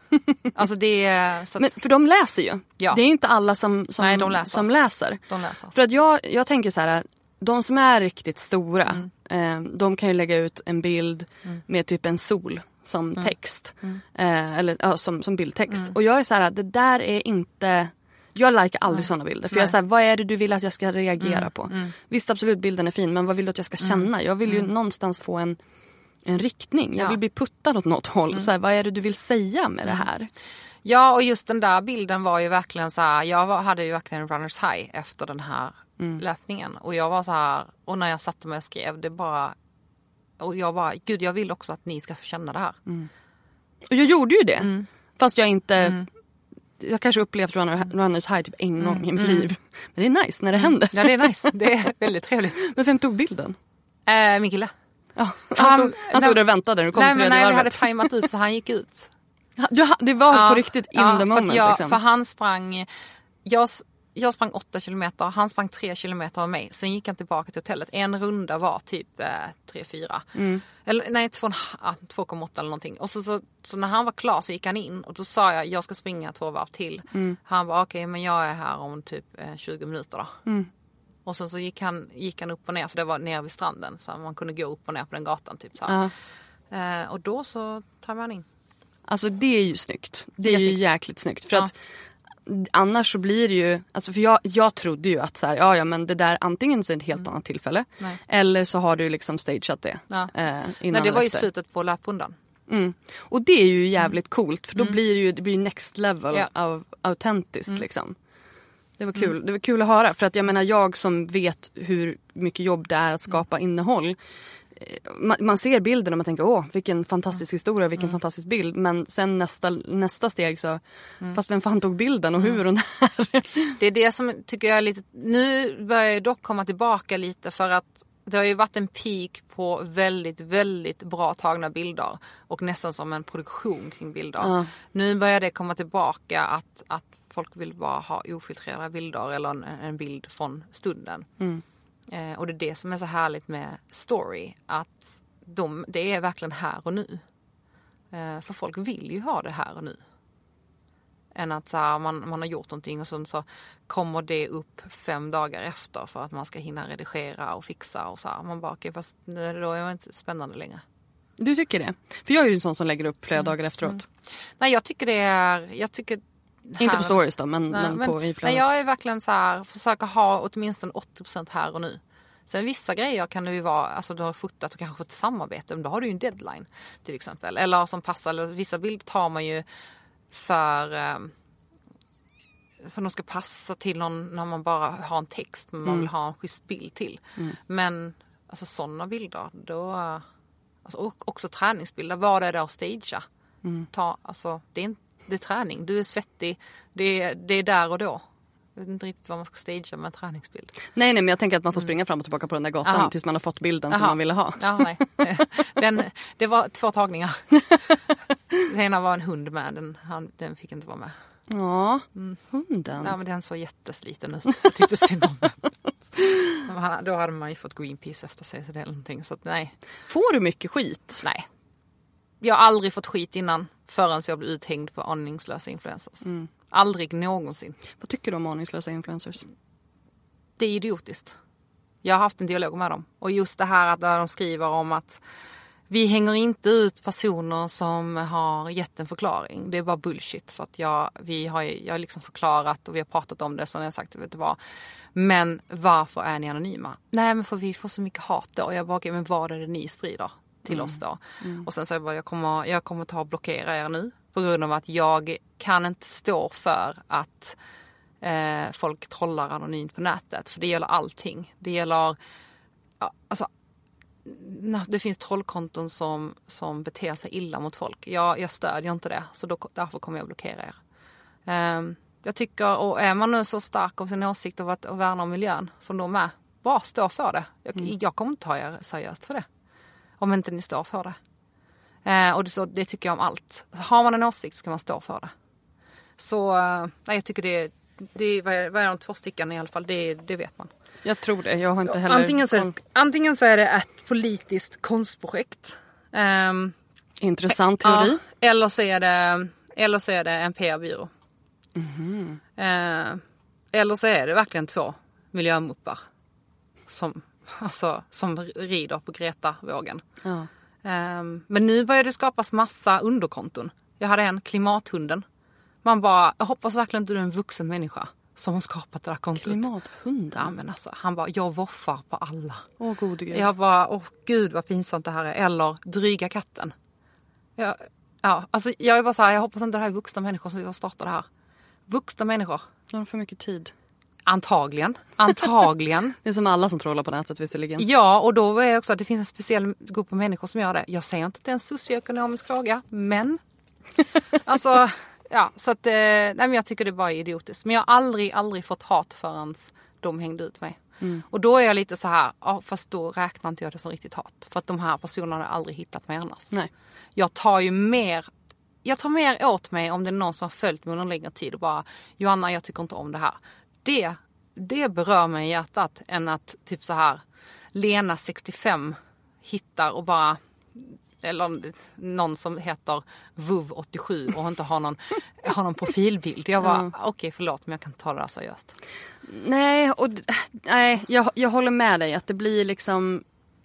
F: Alltså det är... Så att,
E: Men, för de läser ju.
F: Ja.
E: Det är ju inte alla som, som,
F: Nej, de läser.
E: som läser.
F: De läser.
E: För att jag, jag tänker så här, de som är riktigt stora,
F: Mm.
E: eh, de kan ju lägga ut en bild
F: Mm.
E: med typ en sol som
F: Mm.
E: text.
F: Mm.
E: Eh, eller ja, som, som bildtext.
F: Mm.
E: Och jag är så här, det där är inte... Jag likar aldrig
F: Nej.
E: sådana bilder. För
F: Nej.
E: jag är så här, vad är det du vill att jag ska reagera
F: Mm.
E: på?
F: Mm.
E: Visst, absolut, bilden är fin. Men vad vill du att jag ska
F: Mm.
E: känna? Jag vill ju
F: Mm.
E: någonstans få en, en riktning. Jag
F: Ja.
E: vill bli puttad åt något håll.
F: Mm.
E: Så här, vad är det du vill säga med det här?
F: Ja, och just den där bilden var ju verkligen så här, jag var, hade ju verkligen runners high efter den här
E: Mm.
F: löpningen. Och jag var så här, och när jag satte mig och skrev, det bara, och jag bara, gud jag vill också att ni ska få känna det här.
E: Mm. Och jag gjorde ju det.
F: Mm.
E: Fast jag inte...
F: Mm.
E: Jag kanske upplevt runner, runners high typ en gång
F: Mm.
E: i mitt
F: Mm.
E: liv. Men det är nice när det händer.
F: Ja, det är nice. Det är väldigt trevligt.
E: Men vem tog bilden?
F: Eh, min kille.
E: Ja, han,
F: Han-
E: stod, han stod där och väntade när du kom
F: Nej,
E: till
F: men
E: tredje
F: nej, vi hade
E: varvet.
F: tajmat ut så han gick ut.
E: Du, ha- det var
F: Ja,
E: på riktigt in
F: ja,
E: the
F: för att
E: moment.
F: jag,
E: liksom.
F: För han sprang, jag, jag sprang åtta kilometer, han sprang tre kilometer av mig. Sen gick han tillbaka till hotellet. En runda var typ eh, tre fyra.
E: Mm.
F: Eller nej, två komma åtta eller någonting. Och så, så, så när han var klar så gick han in. Och då sa jag, jag ska springa två varv till.
E: Mm.
F: Han var okej, okay, men jag är här om typ eh, tjugo minuter då.
E: Mm.
F: Och sen så gick han, gick han upp och ner, för det var nere vid stranden. Så man kunde gå upp och ner på den gatan typ så här.
E: Ja.
F: Eh, och då så tar man in.
E: Alltså det är ju snyggt. Det är
F: Det är
E: ju
F: snyggt.
E: jäkligt snyggt. För
F: Ja.
E: att annars så blir det ju... Alltså för jag, jag trodde ju att så här, ja, ja men det där antingen så är det ett helt
F: Mm.
E: annat tillfälle.
F: Nej.
E: Eller så har du liksom stageat det.
F: Ja.
E: Eh, innan
F: Nej, det
E: eller
F: var ju
E: efter.
F: slutet på löprundan.
E: Mm. Och det är ju jävligt coolt. För då
F: Mm.
E: blir det ju det blir next level
F: Ja.
E: av autentiskt
F: Mm.
E: liksom. Det var kul. Det var kul att höra. För att jag menar, jag som vet hur mycket jobb det är att skapa innehåll. Man, man ser bilden och man tänker, åh, vilken fantastisk historia, vilken
F: Mm.
E: fantastisk bild. Men sen nästa, nästa steg så,
F: Mm.
E: fast vem fan tog bilden och
F: Mm.
E: hur och när?
F: Det är det som tycker jag är lite... Nu börjar jag dock komma tillbaka lite, för att det har ju varit en peak på väldigt, väldigt bra tagna bilder. Och nästan som en produktion kring bilder.
E: Ja.
F: Nu börjar det komma tillbaka att, att folk vill bara ha ofiltrerade bilder eller en, en bild från stunden.
E: Mm.
F: Eh, och det är det som är så härligt med story. Att de, det är verkligen här och nu. Eh, för folk vill ju ha det här och nu. Än att så här, man, man har gjort någonting och sen så kommer det upp fem dagar efter för att man ska hinna redigera och fixa och så här. Man bara, okej, fast nu, då är det inte spännande längre.
E: Du tycker det? För jag är ju en sån som lägger upp flera
F: Mm.
E: dagar efteråt.
F: Mm. Nej, jag tycker det är... Jag tycker
E: Inte på
F: här-
E: stories då, men,
F: Nej,
E: men, på i
F: nej,
E: flödet.
F: jag är verkligen så här, försöker ha åtminstone åttio procent här och nu. Sen vissa grejer kan det ju vara, alltså du har fotat och kanske fått samarbete, men då har du ju en deadline till exempel. Eller som passar, eller vissa bilder tar man ju för, eh, för de ska passa till någon när man bara har en text, men man
E: Mm.
F: vill ha en schysst bild till.
E: Mm.
F: Men alltså sådana bilder, då, alltså, och också träningsbilder, vad är det att stagea?
E: Mm.
F: Ta, alltså, det är inte det är träning. Du är svettig. Det är, det är där och då. Jag vet inte riktigt vad man ska stagea med en träningsbild.
E: Nej, nej, men jag tänker att man får springa fram och tillbaka på den där gatan
F: Aha.
E: tills man har fått bilden som
F: Aha.
E: man ville ha.
F: Ja, nej. Den, det var två tagningar. Den ena var en hund med. Den, han, den fick inte vara med.
E: Ja,
F: Mm.
E: hunden.
F: Ja, men den såg jättesliten ut. Jag tyckte synd om den. Men han- Då hade man ju fått Greenpeace efter sig. Så det är någonting. Så att, nej.
E: Får du mycket skit?
F: Nej. Jag har aldrig fått skit innan förrän jag blev uthängd på aningslösa influencers.
E: Mm.
F: Aldrig någonsin.
E: Vad tycker du om aningslösa influencers?
F: Det är idiotiskt. Jag har haft en dialog med dem. Och just det här att där de skriver om att vi hänger inte ut personer som har gett en förklaring. Det är bara bullshit. För att jag, vi har, jag har liksom förklarat och vi har pratat om det, så jag har sagt, vet du vad. Men varför är ni anonyma? Nej, men för vi får så mycket hat då. Och jag bara, okej, men vad är det ni sprider till
E: Mm.
F: oss då?
E: Mm.
F: Och sen så jag bara, jag kommer, jag kommer ta och blockera er nu. På grund av att jag kan inte stå för att eh, folk trollar anonymt på nätet. För det gäller allting. Det gäller, ja, alltså, na, det finns trollkonton som, som beter sig illa mot folk. Jag, jag stödjer inte det. Så då, därför kommer jag blockera er. Um, jag tycker, och är man nu så stark av sin åsikt av att och värna om miljön som de är, bara stå för det. Jag,
E: Mm.
F: jag kommer inte ta er seriöst för det. Om inte ni står för det. Eh, och det, så, det tycker jag om allt. Har man en åsikt ska man stå för det. Så eh, nej, jag tycker det, det vad är, vad är de två stickarna i alla fall, det, det vet man.
E: Jag tror det, jag har inte heller...
F: Antingen så, är det, antingen så är det ett politiskt konstprojekt. Ehm,
E: Intressant teori.
F: ja, eller så är det Eller så är det en P R-byrå.
E: Mm.
F: Eh, eller så är det verkligen två miljömuppar som, alltså, som rider på Greta-vågen.
E: Ja.
F: Eh, men nu börjar det skapas massa underkonton. Jag hade en, klimathunden. Man bara, jag hoppas verkligen inte du är en vuxen människa som har skapat det där kontot.
E: Klimathunden?
F: Ja, men alltså, han bara, jag voffar på alla.
E: Åh, gode gud.
F: Jag bara, åh gud vad pinsamt det här är. Eller dryga katten. Jag, ja, alltså jag är bara så här, jag hoppas inte det här är vuxna människor som ska starta det här. Vuxna människor.
E: De har för mycket tid.
F: Antagligen. Antagligen.
E: Det är som alla som trollar på nätet visserligen.
F: Ja, och då är det också att det finns en speciell grupp av människor som gör det. Jag säger inte att det är en socioekonomisk fråga, men alltså, ja, så att, nej men jag tycker det bara är idiotiskt. Men jag har aldrig, aldrig fått hat förrän de hängde ut mig. Mm. Och då är jag lite så här, ja, fast då räknar inte jag det som riktigt hat. För att de här personerna har aldrig hittat mig annars.
E: Nej.
F: Jag tar ju mer, jag tar mer åt mig om det är någon som har följt mig under en längre tid och bara, Johanna, jag tycker inte om det här. Det, det berör mig i hjärtat än att typ så här, Lena sextiofem hittar och bara, eller någon som heter Vuv åttiosju och inte har någon, har någon profilbild. Jag bara, mm. okej okay, förlåt men jag kan ta det här seriöst.
E: Nej, och, nej jag, jag håller med dig att det blir liksom,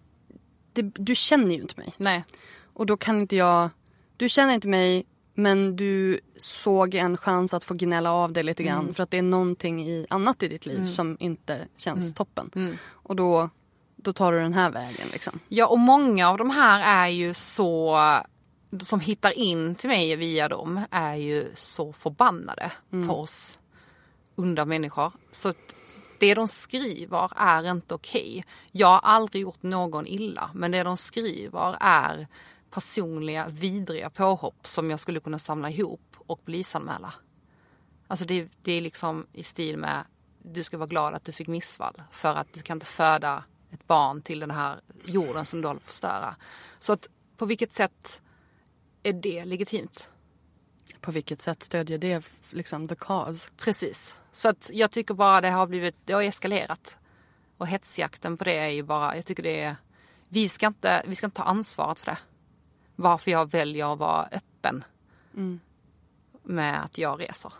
E: det, du känner ju inte mig.
F: Nej.
E: Och då kan inte jag, du känner inte mig men du såg en chans att få gnälla av dig lite grann mm. för att det är någonting i, annat i ditt liv mm. som inte känns mm. toppen. Mm. Och då, då tar du den här vägen liksom.
F: Ja, och många av de här är ju så, som hittar in till mig via dem är ju så förbannade mm. på oss onda människor. Så att det de skriver är inte okej. Jag har aldrig gjort någon illa, men det de skriver är personliga, vidriga påhopp som jag skulle kunna samla ihop och polisanmäla. Alltså det, det är liksom i stil med, du ska vara glad att du fick missfall för att du kan inte föda ett barn till den här jorden som du håller på att förstöra. Så att på vilket sätt är det legitimt?
E: På vilket sätt stödjer det liksom the cause?
F: Precis. Så att jag tycker bara det har blivit, det har eskalerat. Och hetsjakten på det är ju bara, jag tycker det är, vi ska inte, vi ska inte ta ansvaret för det. Varför jag väljer att vara öppen mm. med att jag reser.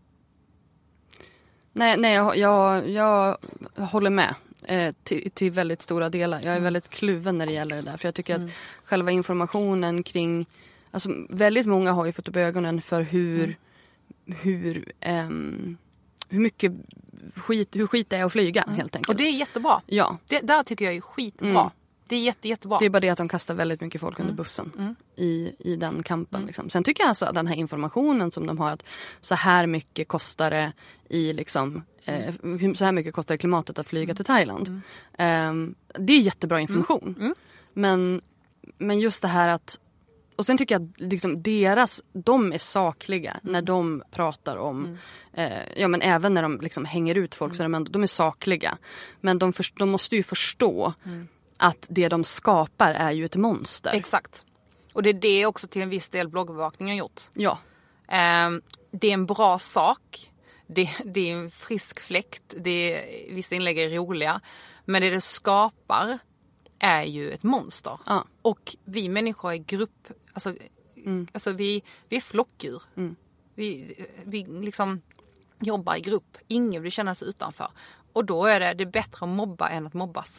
E: Nej, nej jag, jag, jag håller med eh, till, till väldigt stora delar. Jag är mm. väldigt kluven när det gäller det där. För jag tycker mm. att själva informationen kring, alltså väldigt många har ju fått upp ögonen för hur, mm. hur, um, hur mycket skit, hur skit det är att flyga mm. helt enkelt.
F: Och det är jättebra. Ja. Det, där tycker jag är skitbra. Mm. Det är jätte, jättebra.
E: Det är bara det att de kastar väldigt mycket folk under bussen mm. i, i den kampen. Mm. Liksom. Sen tycker jag alltså den här informationen som de har att så här mycket kostar det i liksom, eh, så här mycket kostar det klimatet att flyga till Thailand. Mm. Eh, det är jättebra information. Mm. Mm. Men, men just det här att, och sen tycker jag att liksom deras, de är sakliga mm. när de pratar om, mm. eh, ja men även när de liksom hänger ut folk mm. så är de, de är sakliga. Men de, för, de måste ju förstå mm. att det de skapar är ju ett monster.
F: Exakt. Och det är det också till en viss del bloggbevakningen har gjort.
E: Ja.
F: Eh, det är en bra sak. Det, det är en frisk fläkt. Det är, vissa inlägg är roliga. Men det det skapar är ju ett monster.
E: Ja.
F: Och vi människor är grupp... Alltså, mm. alltså vi, vi är flockdjur. Mm. Vi, vi liksom jobbar i grupp. Ingen vill känna sig utanför. Och då är det, det är bättre att mobba än att mobbas.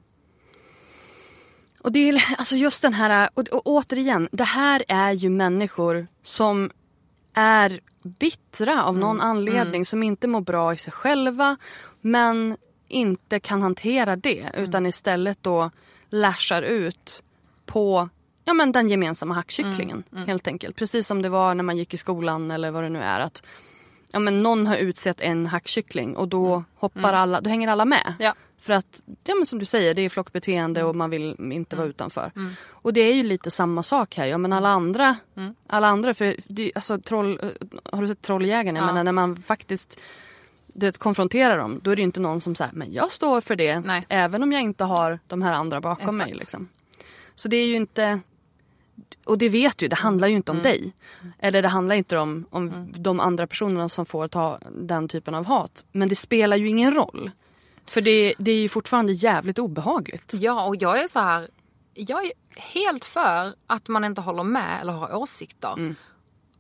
E: Och det är alltså just den här, och, och återigen, det här är ju människor som är bittra av någon mm. anledning, mm. som inte mår bra i sig själva, men inte kan hantera det, mm. utan istället då lashar ut på ja, men den gemensamma hackkycklingen, mm. Mm. helt enkelt. Precis som det var när man gick i skolan eller vad det nu är, att ja, men någon har utsett en hackkyckling och då mm. hoppar mm. alla, då hänger alla med.
F: Ja.
E: För att, ja men som du säger, det är flockbeteende och man vill inte vara utanför. Mm. Och det är ju lite samma sak här. Ja men alla andra, mm. alla andra, för det, alltså troll, har du sett Trolljägarna? Ja. Jag menar, när man faktiskt det, konfronterar dem, då är det ju inte någon som säger, men jag står för det. Nej. Även om jag inte har de här andra bakom Exakt. mig. Liksom. Så det är ju inte, och det vet du, det handlar ju inte om mm. dig. Eller det handlar inte om, om mm. de andra personerna som får ta den typen av hat. Men det spelar ju ingen roll. För det, det är ju fortfarande jävligt obehagligt.
F: Ja, och jag är så här, jag är helt för att man inte håller med eller har åsikter. Mm.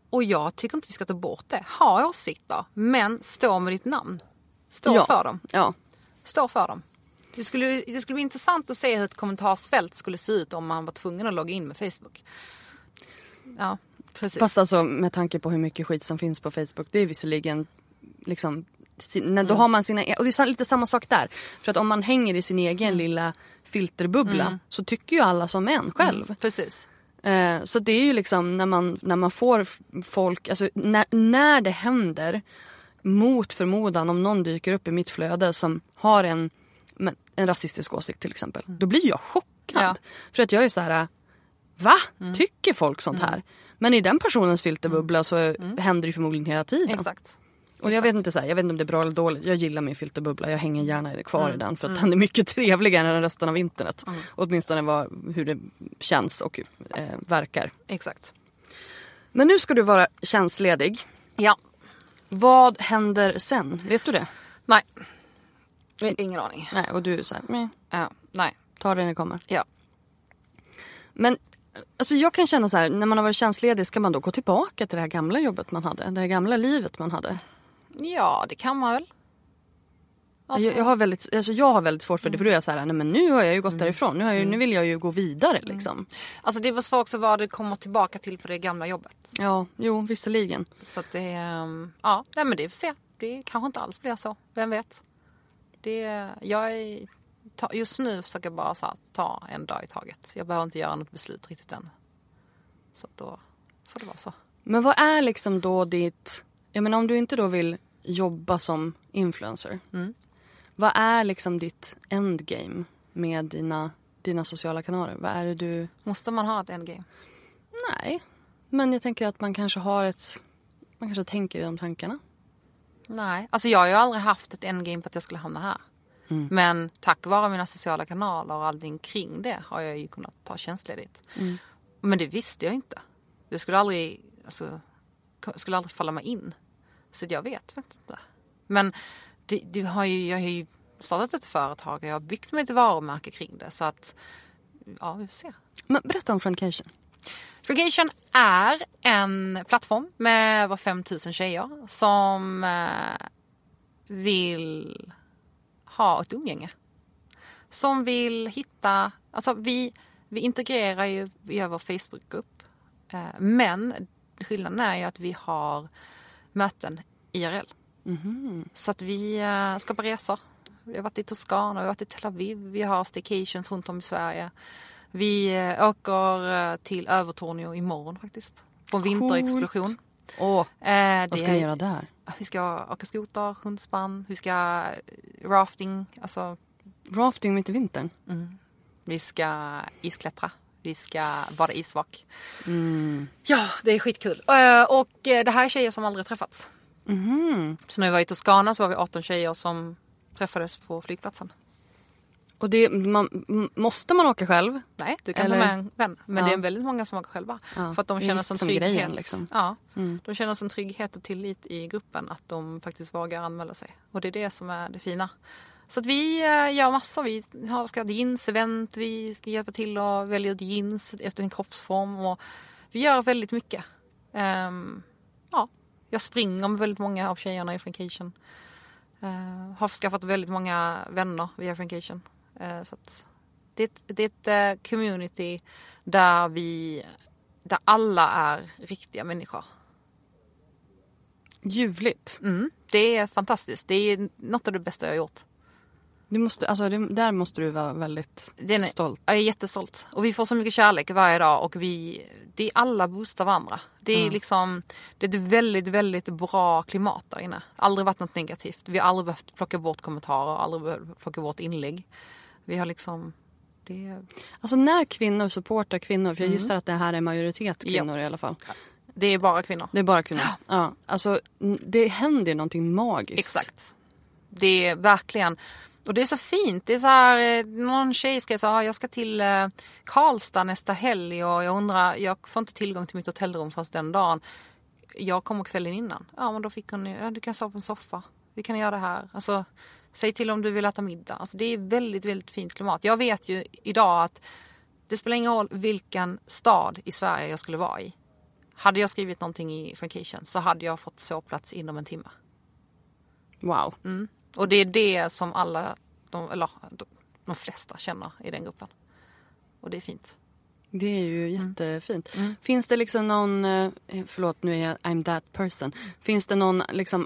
F: Och jag tycker inte vi ska ta bort det. Ha åsikter, men stå med ditt namn. Stå
E: ja.
F: för dem.
E: Ja.
F: Stå för dem. Det skulle, det skulle bli intressant att se hur ett kommentarsfält skulle se ut om man var tvungen att logga in med Facebook. Ja, precis.
E: Fast alltså med tanke på hur mycket skit som finns på Facebook, det är visserligen liksom, när då mm. har man sina, och det är lite samma sak där. För att om man hänger i sin egen mm. lilla filterbubbla mm. så tycker ju alla som en själv. Mm.
F: Precis.
E: Eh, så det är ju liksom när man, när man får folk, alltså när, när det händer mot förmodan om någon dyker upp i mitt flöde som har en, en rasistisk åsikt till exempel, mm. då blir jag chockad. Ja. För att jag är så här, va? Mm. Tycker folk sånt här? Mm. Men i den personens filterbubbla så mm. händer det förmodligen hela tiden.
F: Exakt.
E: Och jag vet inte så här, jag vet inte om det är bra eller dåligt. Jag gillar min filterbubbla. Jag hänger gärna kvar mm. i den för att mm. den är mycket trevligare än resten av internet. Mm. Åtminstone vad, hur det känns och eh, verkar.
F: Exakt.
E: Men nu ska du vara tjänstledig.
F: Ja.
E: Vad händer sen? Vet du det?
F: Nej. Ingen aning.
E: Nej, och du är så här, nej.
F: Ja, nej.
E: Ta det när det kommer.
F: Ja.
E: Men alltså jag kan känna så här, när man har varit tjänstledig ska man då gå tillbaka till det här gamla jobbet man hade, det här gamla livet man hade.
F: Ja, det kan man väl.
E: Alltså. Jag, jag har väldigt alltså jag har väldigt svårt för det, för då är jag så här, nej men nu har jag ju gått mm. därifrån. Nu har jag, nu vill jag ju gå vidare liksom. Mm.
F: Alltså det var svårt också vad det kommer tillbaka till på det gamla jobbet.
E: Ja, jo, visserligen.
F: Så att det ja, nej men det får se. Det kanske inte alls blir så. Vem vet? Det jag är just nu försöker jag bara så här, ta en dag i taget. Jag behöver inte göra något beslut riktigt än. Så då får det vara så.
E: Men vad är liksom då ditt... Jag menar om du inte då vill jobba som influencer. Mm. Vad är liksom ditt endgame med dina, dina sociala kanaler? Vad är det du...
F: Måste man ha ett endgame?
E: Nej. Men jag tänker att man kanske har ett... Man kanske tänker i de tankarna.
F: Nej. Alltså jag har ju aldrig haft ett endgame på att jag skulle hamna här. Mm. Men tack vare mina sociala kanaler och allting kring det har jag ju kunnat ta tjänstledigt. Mm. Men det visste jag inte. Det skulle aldrig, alltså, skulle aldrig falla mig in. Så jag vet faktiskt inte. Men det, det har ju, jag har ju startat ett företag och jag har byggt mig ett varumärke kring det. Så att, ja, vi får se.
E: Men berätta om Friendcation.
F: Friendcation är en plattform med över fem tusen tjejer som eh, vill... ha ett umgänge. Som vill hitta... Alltså vi, vi integrerar ju i vår Facebookgrupp. Eh, men skillnaden är ju att vi har möten I R L. Mm-hmm. Så att vi eh, skapar resor. Vi har varit i Toscana, vi har varit i Tel Aviv. Vi har staycations runt om i Sverige. Vi eh, åker eh, till Övertorneå imorgon faktiskt. På en vinterexplosion.
E: Åh, eh, vad ska ni göra där?
F: Vi ska åka skoter, hundspann, vi ska rafting, alltså
E: rafting mitt i vintern.
F: Mm. Vi ska isklättra, vi ska bada isvak.
E: Mm.
F: Ja, det är skitkul. Och det här är tjejer som aldrig träffats.
E: Mm.
F: Så när vi var i Toscana så var vi arton tjejer som träffades på flygplatsen.
E: Och det, man, måste man åka själv?
F: Nej, du kan Eller? ta med en vän. Men ja. det är väldigt många som åker själva. Ja. För att de känner sån trygghet. Grejen, liksom. Ja, mm. De känner sån trygghet och tillit i gruppen att de faktiskt vågar anmäla sig. Och det är det som är det fina. Så att vi gör massor. Vi ska ha ett jeans-event. Vi ska hjälpa till att välja ett jeans efter en kroppsform. Och vi gör väldigt mycket. Um, ja, jag springer med väldigt många av tjejerna i Friendcation. Uh, har skaffat väldigt många vänner via Friendcation. Så att det, är ett, det är ett community där vi där alla är riktiga människor.
E: Ljuvligt.
F: Mm, det är fantastiskt. Det är något av det bästa jag har gjort.
E: Du måste, alltså, det, där måste du vara väldigt är, stolt.
F: Jag är jättestolt. Och vi får så mycket kärlek varje dag. Och vi, det är alla boostar varandra. Det är, mm. liksom, det är ett väldigt, väldigt bra klimat där inne. Aldrig varit något negativt. Vi har aldrig behövt plocka bort kommentarer. Aldrig behövt plocka bort inlägg. Vi har liksom... Det...
E: Alltså när kvinnor supportar kvinnor, för jag gissar mm. att det här är majoritet kvinnor ja. i alla fall.
F: Det är bara kvinnor.
E: Det är bara kvinnor. Ja. Ja. Alltså det händer någonting magiskt.
F: Exakt. Det är verkligen... Och det är så fint. Det är så här, någon tjej ska säga, jag ska till Karlstad nästa helg och jag undrar, jag får inte tillgång till mitt hotellrum fast den dagen. Jag kommer kvällen innan. Ja, men då fick hon, ja, du kan sova på en soffa. Vi kan göra det här. Alltså... Säg till om du vill äta middag. Alltså det är väldigt, väldigt fint klimat. Jag vet ju idag att det spelar ingen roll vilken stad i Sverige jag skulle vara i. hade jag skrivit någonting i Funcation så hade jag fått sovplats inom en timme.
E: Wow.
F: Mm. Och det är det som alla, de, eller de, de flesta känner i den gruppen. Och det är fint.
E: Det är ju jättefint.
F: Mm.
E: Finns det liksom någon, förlåt nu är jag I'm that person. Finns det någon liksom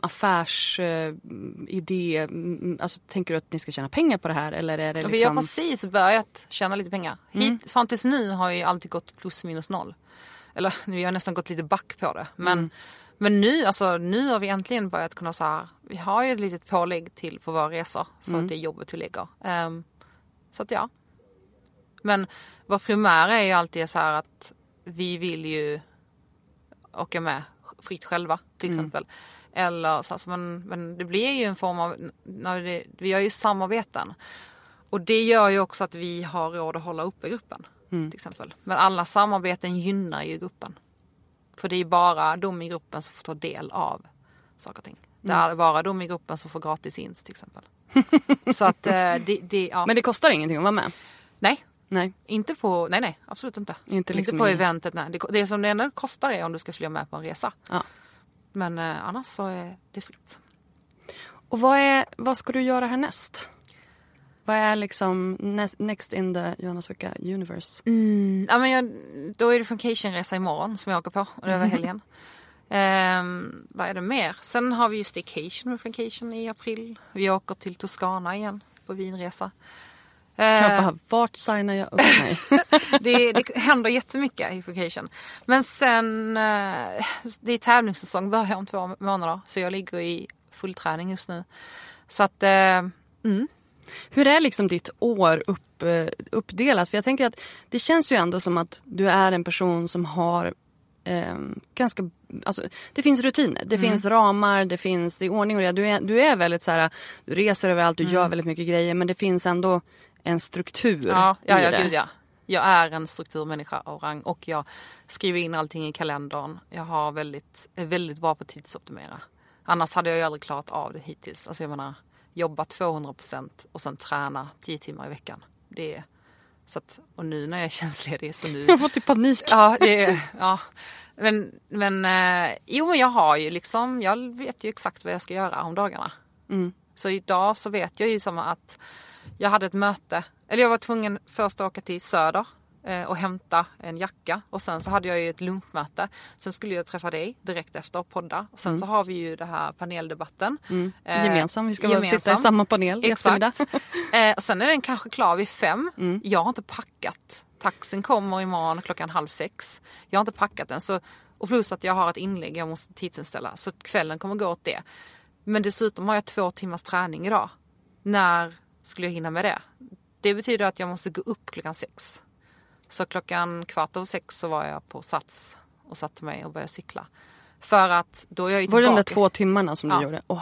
E: affärsidé, alltså tänker du att ni ska tjäna pengar på det här eller är det liksom...
F: Vi har precis börjat tjäna lite pengar. Hit,
E: Mm.
F: fram tills nu har ju alltid gått plus minus noll. Eller vi har nästan gått lite back på det. Men,
E: Mm.
F: men nu, alltså, nu har vi äntligen börjat kunna så här, vi har ju ett litet pålägg till på våra resor för
E: Mm.
F: att det är jobbet vi lägger. Um, så att ja. Men vad primära är ju alltid så här att vi vill ju åka med fritt själva till
E: Mm.
F: exempel. Eller så alltså, men, men det blir ju en form av, när det, vi har ju samarbeten. Och det gör ju också att vi har råd att hålla uppe gruppen
E: Mm.
F: till exempel. Men alla samarbeten gynnar ju gruppen. För det är bara de i gruppen som får ta del av saker och ting. Det är bara de i gruppen som får gratis ins till exempel. Så att eh, det, det ja.
E: Men det kostar ingenting att vara med?
F: Nej.
E: Nej.
F: Inte på, nej nej, absolut inte.
E: Inte, liksom
F: inte på
E: i...
F: eventet, nej. Det, det som det enda kostar är om du ska flyga med på en resa.
E: Ja.
F: Men eh, annars så är det fritt.
E: Och vad, är, vad ska du göra härnäst? Vad är liksom next, next in the Johanna Svicka universe?
F: Mm, ja, men jag, då är det Funcation-resa imorgon som jag åker på. Och det var helgen. Um, vad är det mer? Sen har vi ju Staycation med Funcation i april. Vi åker till Toscana igen på vinresa.
E: Jag bara, vart signar jag upp mig?
F: det, det händer jättemycket i Funcation. Men sen, uh, det är tävlingssäsong, börjar om två månader. Så jag ligger i full träning just nu. Så att, uh, mm.
E: Hur är liksom ditt år upp, uppdelat? För jag tänker att det känns ju ändå som att du är en person som har eh, ganska... Alltså, det finns rutiner, det mm. finns ramar, det finns det är ordning och det. Du är, du är väldigt så här, du reser överallt, du mm. gör väldigt mycket grejer. Men det finns ändå en struktur
F: ja, ja,
E: i
F: ja,
E: det.
F: Gud, ja. Jag är en strukturmänniska av rang och jag skriver in allting i kalendern. Jag har väldigt, är väldigt bra på att tidsoptimera. Annars hade jag ju aldrig klarat av det hittills. Alltså jag menar... jobba tvåhundra procent och sen träna tio timmar i veckan. Det är, så att, och nu när jag är tjänstledig så nu...
E: Jag har fått typ panik.
F: Ja, det är, ja. Men, men eh, jo, men jag har ju liksom, jag vet ju exakt vad jag ska göra om dagarna.
E: Mm.
F: Så idag så vet jag ju som att jag hade ett möte, eller jag var tvungen först att åka till Söder eh, och hämta en jacka. Och sen så hade jag ju ett lunchmöte. Sen skulle jag träffa dig direkt efter och podda. Och sen
E: mm.
F: så har vi ju det här paneldebatten.
E: Mm.
F: Eh,
E: gemensam, vi ska
F: gemensam.
E: sitta i samma panel i eftermiddag.
F: eh, och sen är den kanske klar vid fem.
E: Mm.
F: Jag har inte packat. Taxin kommer imorgon klockan halv sex. Jag har inte packat den. Så, och plus att jag har ett inlägg jag måste tidsinställa. Så kvällen kommer gå åt det. Men dessutom har jag två timmars träning idag. När skulle jag hinna med det? Det betyder att jag måste gå upp klockan sex. Så klockan kvart över sex så var jag på Sats och satte mig och började cykla. För att då är jag ju
E: tillbaka. Var det de där två
F: två
E: timmarna som
F: ja.
E: du gjorde? Åh,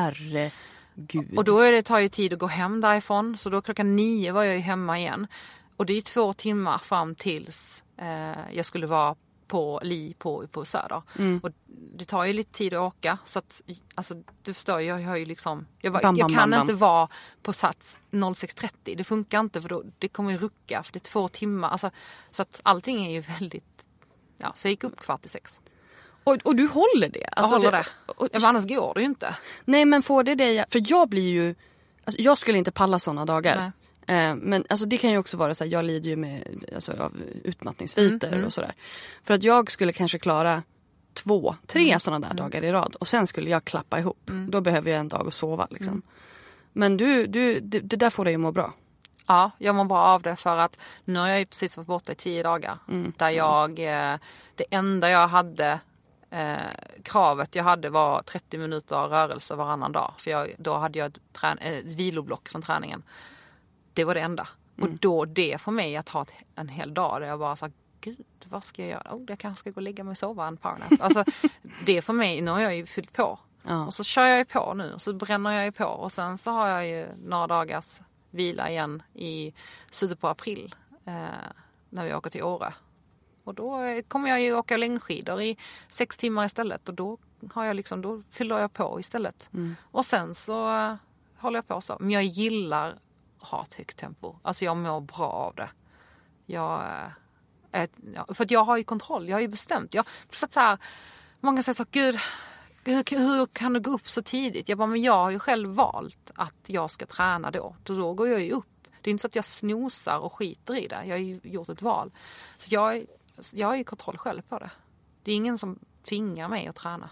E: herregud.
F: Och då är det, tar ju tid att gå hem därifrån. Så då klockan nio var jag ju hemma igen. Och det är två timmar fram tills eh, jag skulle vara på Li på, på Söder. Mm. Och det tar ju lite tid att åka. Så att, alltså, du förstår, jag har ju liksom... Jag, bara,
E: bam, bam,
F: jag kan
E: bam,
F: inte
E: bam.
F: vara på Sats sex trettio. Det funkar inte för då, det kommer ju rucka. För det är två timmar. Alltså, så att allting är ju väldigt... Ja, så jag gick upp kvart i sex.
E: Och, och du håller det?
F: Alltså, jag håller det.
E: det. Och,
F: ja, annars går det ju inte.
E: Nej, men får det det... För jag blir ju... Alltså, jag skulle inte palla såna dagar.
F: Nej.
E: Men alltså, det kan ju också vara så här, jag lider ju med alltså, av utmattningssviter
F: Mm, mm.
E: och sådär. För att jag skulle kanske klara två, tre
F: Mm.
E: sådana där
F: Mm.
E: dagar i rad. Och sen skulle jag klappa ihop.
F: Mm.
E: Då behöver jag en dag att sova liksom.
F: Mm.
E: Men du, du det, det där får dig att må bra.
F: Ja, jag mår bra av det för att nu har jag ju precis varit borta i tio dagar.
E: Mm.
F: Där jag, det enda jag hade, eh, kravet jag hade var trettio minuter rörelse varannan dag. För jag, då hade jag ett, trän- ett viloblock från träningen. Det var det enda. Mm. Och då det för mig att ha ett, en hel dag där jag bara sa, gud, vad ska jag göra? Oh, jag kanske ska gå och lägga mig och sova en powernap. Alltså, det för mig, nu har jag ju fyllt på.
E: Ja.
F: Och så kör jag ju på nu och så bränner jag ju på. Och sen så har jag ju några dagars vila igen i slutet på april eh, när vi åker till Åre. Och då kommer jag ju åka längdskidor i sex timmar istället. Och då har jag liksom, då fyller jag på istället.
E: Mm.
F: Och sen så eh, håller jag på så. Men jag gillar att ha ett högt tempo. Alltså jag mår bra av det. Jag, Ett, ja, för att jag har ju kontroll, jag har ju bestämt. Jag, så att så här, många säger så, gud, hur, hur kan du gå upp så tidigt? Jag bara, men jag har ju själv valt att jag ska träna då. Då, då går jag ju upp. Det är inte så att jag snosar och skiter i det. Jag har ju gjort ett val. Så jag, jag har ju kontroll själv på det. Det är ingen som tvingar mig att träna.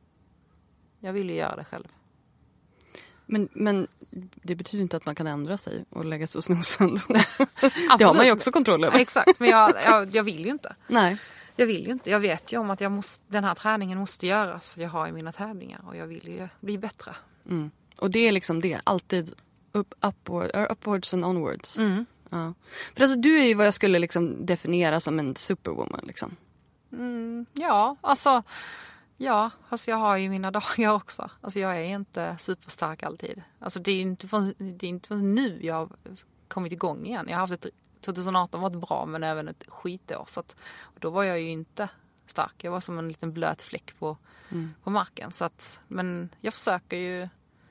F: Jag vill ju göra det själv.
E: Men, men det betyder inte att man kan ändra sig och lägga sig och snosa ändå. Det har man ju också kontroll över.
F: Ja, exakt, men jag, jag, jag vill ju inte.
E: Nej.
F: Jag vill ju inte. Jag vet ju om att jag måste, den här träningen måste göras för jag har ju mina tävlingar och jag vill ju bli bättre.
E: Mm. Och det är liksom det. Alltid upp, upward, upwards and onwards.
F: Mm.
E: Ja. För alltså du är ju vad jag skulle liksom definiera som en superwoman liksom.
F: Mm, ja, alltså... Ja, alltså jag har ju mina dagar också. Alltså jag är inte superstark alltid. Alltså det är inte för, det är inte för nu jag har kommit igång igen. Jag har haft ett tjugoarton varit bra men även ett skitår. Så att, och då var jag ju inte stark. Jag var som en liten blöt fläck på, mm. på marken. Så att, men jag försöker ju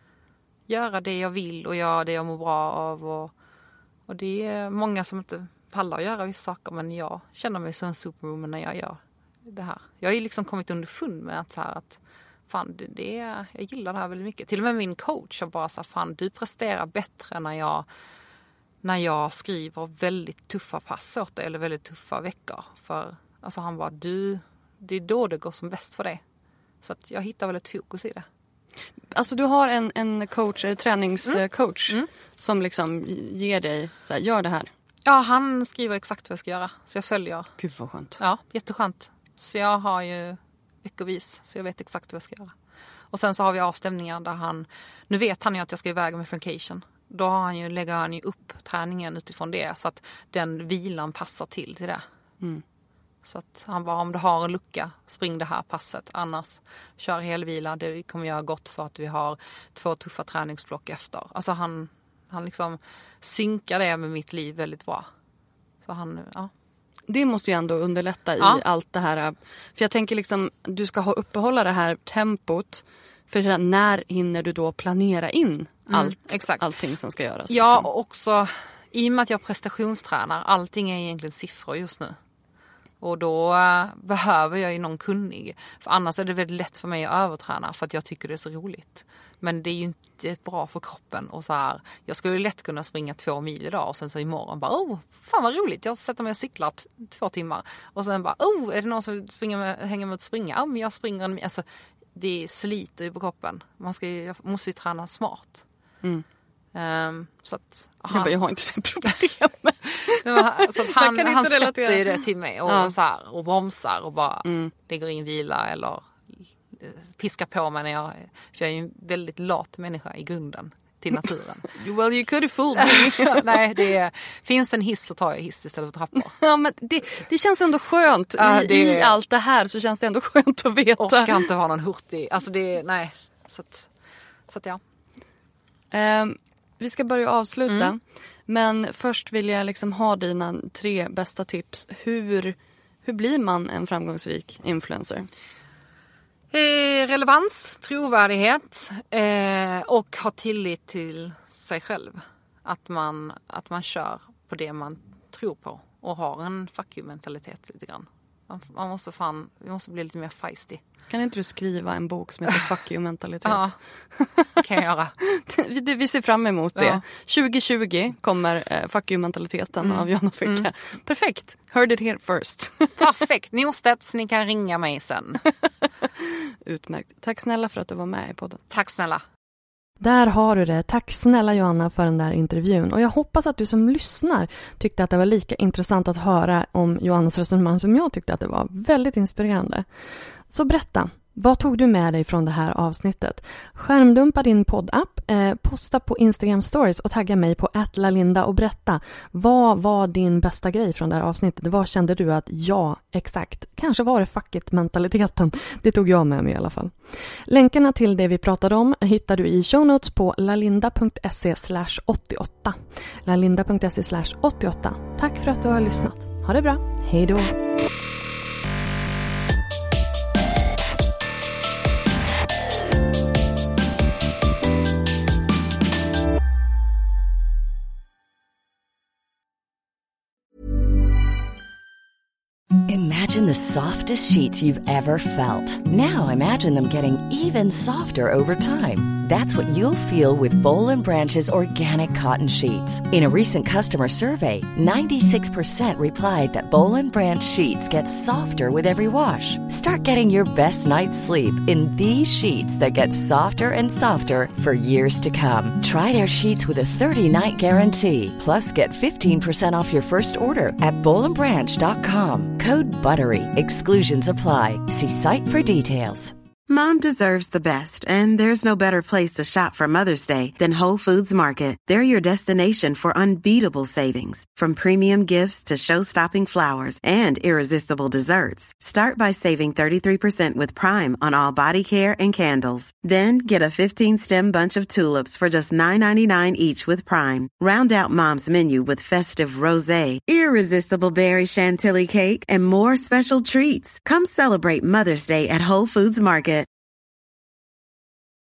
F: göra det jag vill och göra det jag mår bra av. Och, och det är många som inte pallar att göra vissa saker. Men jag känner mig som en superwoman när jag gör det här. Jag har ju liksom kommit underfund med att så här att fan, det, det är, jag gillar det här väldigt mycket. Till och med min coach har bara sagt, fan du presterar bättre när jag när jag skriver väldigt tuffa pass åt dig eller väldigt tuffa veckor. För alltså han bara, du, det är då det går som bäst för dig. Så att jag hittar väl ett fokus i det.
E: Alltså du har en, en coach, en träningscoach
F: mm. Mm.
E: som liksom ger dig så här, gör det här.
F: Ja, han skriver exakt vad jag ska göra. Så jag följer.
E: Gud vad skönt.
F: Ja, jätteskönt. Så jag har ju veckovis, så jag vet exakt vad jag ska göra. Och sen så har vi avstämningar där han, nu vet han ju att jag ska iväg med Frankation. Då har han ju, lägger han ju upp träningen utifrån det så att den vilan passar till till det.
E: Mm.
F: Så att han bara, om du har en lucka, spring det här passet. Annars kör helvila, det kommer göra gott för att vi har två tuffa träningsblock efter. Alltså han, han liksom synkar det med mitt liv väldigt bra. Så han, ja.
E: Det måste ju ändå underlätta
F: ja.
E: i allt det här. För jag tänker liksom, du ska ha uppehålla det här tempot. För när hinner du då planera in
F: mm,
E: allt,
F: exakt.
E: allting som ska göras?
F: Ja,
E: liksom.
F: också i och med att jag prestationstränar, allting är egentligen siffror just nu. Och då äh, behöver jag ju någon kunnig. För annars är det väldigt lätt för mig att överträna för att jag tycker det är så roligt. Men det är ju inte bra för kroppen. Och så här, jag skulle lätt kunna springa två mil idag och sen så imorgon bara, oh, fan vad roligt. Jag sätter mig och cyklar t- två timmar. Och sen bara, oh, är det någon som springer med, hänger med att springa? Ja, men jag springer en mil. Alltså, det sliter ju på kroppen. Man ska ju, jag måste ju träna smart.
E: Mm.
F: Um, så att,
E: han, jag, bara, jag har inte det problemet.
F: så att han han sätter ju det till mig och, ja. så här, och bromsar och bara mm. lägger in vila eller piskar på mig när jag, för jag är ju en väldigt lat människa i grunden till naturen.
E: Well, you could have fooled me.
F: Nej, det är, finns det en hiss så tar jag hiss istället för trappor.
E: Ja, men det, det känns ändå skönt. Ja, I, det, I allt det här så känns det ändå skönt att veta.
F: Orkar inte vara någon hurtig. Alltså det, nej. Så att, så att ja.
E: Um, vi ska börja avsluta.
F: Mm.
E: Men först vill jag liksom ha dina tre bästa tips. Hur, hur blir man en framgångsrik influencer?
F: Eh, relevans, trovärdighet eh, och ha tillit till sig själv. Att man, att man kör på det man tror på och har en fuck you-mentalitet lite grann. Man, man måste fan, vi måste bli lite mer feisty.
E: Kan inte du skriva en bok som heter Fuck you-mentalitet?
F: Ja, det kan jag göra.
E: vi, vi ser fram emot det. Ja. tjugo tjugo kommer eh, Fuck you-mentaliteten mm. av Jonas Ficka. Mm. Perfekt. Heard it here first.
F: Perfekt. Norstedts, ni kan ringa mig sen.
E: Utmärkt. Tack snälla för att du var med i podden.
F: Tack snälla.
E: Där har du det. Tack snälla Johanna för den där intervjun. Och jag hoppas att du som lyssnar tyckte att det var lika intressant att höra om Johannas resonemang som jag tyckte att det var. Väldigt inspirerande. Så berätta, vad tog du med dig från det här avsnittet? Skärmdumpa din poddapp, eh, posta på Instagram stories och tagga mig på at lalinda och berätta. Vad var din bästa grej från det här avsnittet? Vad kände du att ja, exakt. Kanske var det fucket mentaliteten. Det tog jag med mig i alla fall. Länkarna till det vi pratade om hittar du i show notes på lalinda.se slash 88. lalinda.se slash 88. Tack för att du har lyssnat. Ha det bra. Hej då.
L: the softest sheets you've ever felt. Now imagine them getting even softer over time. That's what you'll feel with Boll and Branch's organic cotton sheets. In a recent customer survey, ninety-six percent replied that Boll and Branch sheets get softer with every wash. Start getting your best night's sleep in these sheets that get softer and softer for years to come. Try their sheets with a thirty-night guarantee. Plus, get fifteen percent off your first order at boll and branch dot com. Code BUTTERY. Exclusions apply. See site for details.
M: Mom deserves the best, and there's no better place to shop for Mother's Day than Whole Foods Market. They're your destination for unbeatable savings, from premium gifts to show-stopping flowers and irresistible desserts. Start by saving thirty-three percent with Prime on all body care and candles. Then get a fifteen-stem bunch of tulips for just nine ninety-nine each with Prime. Round out Mom's menu with festive rosé, irresistible berry chantilly cake, and more special treats. Come celebrate Mother's Day at Whole Foods Market.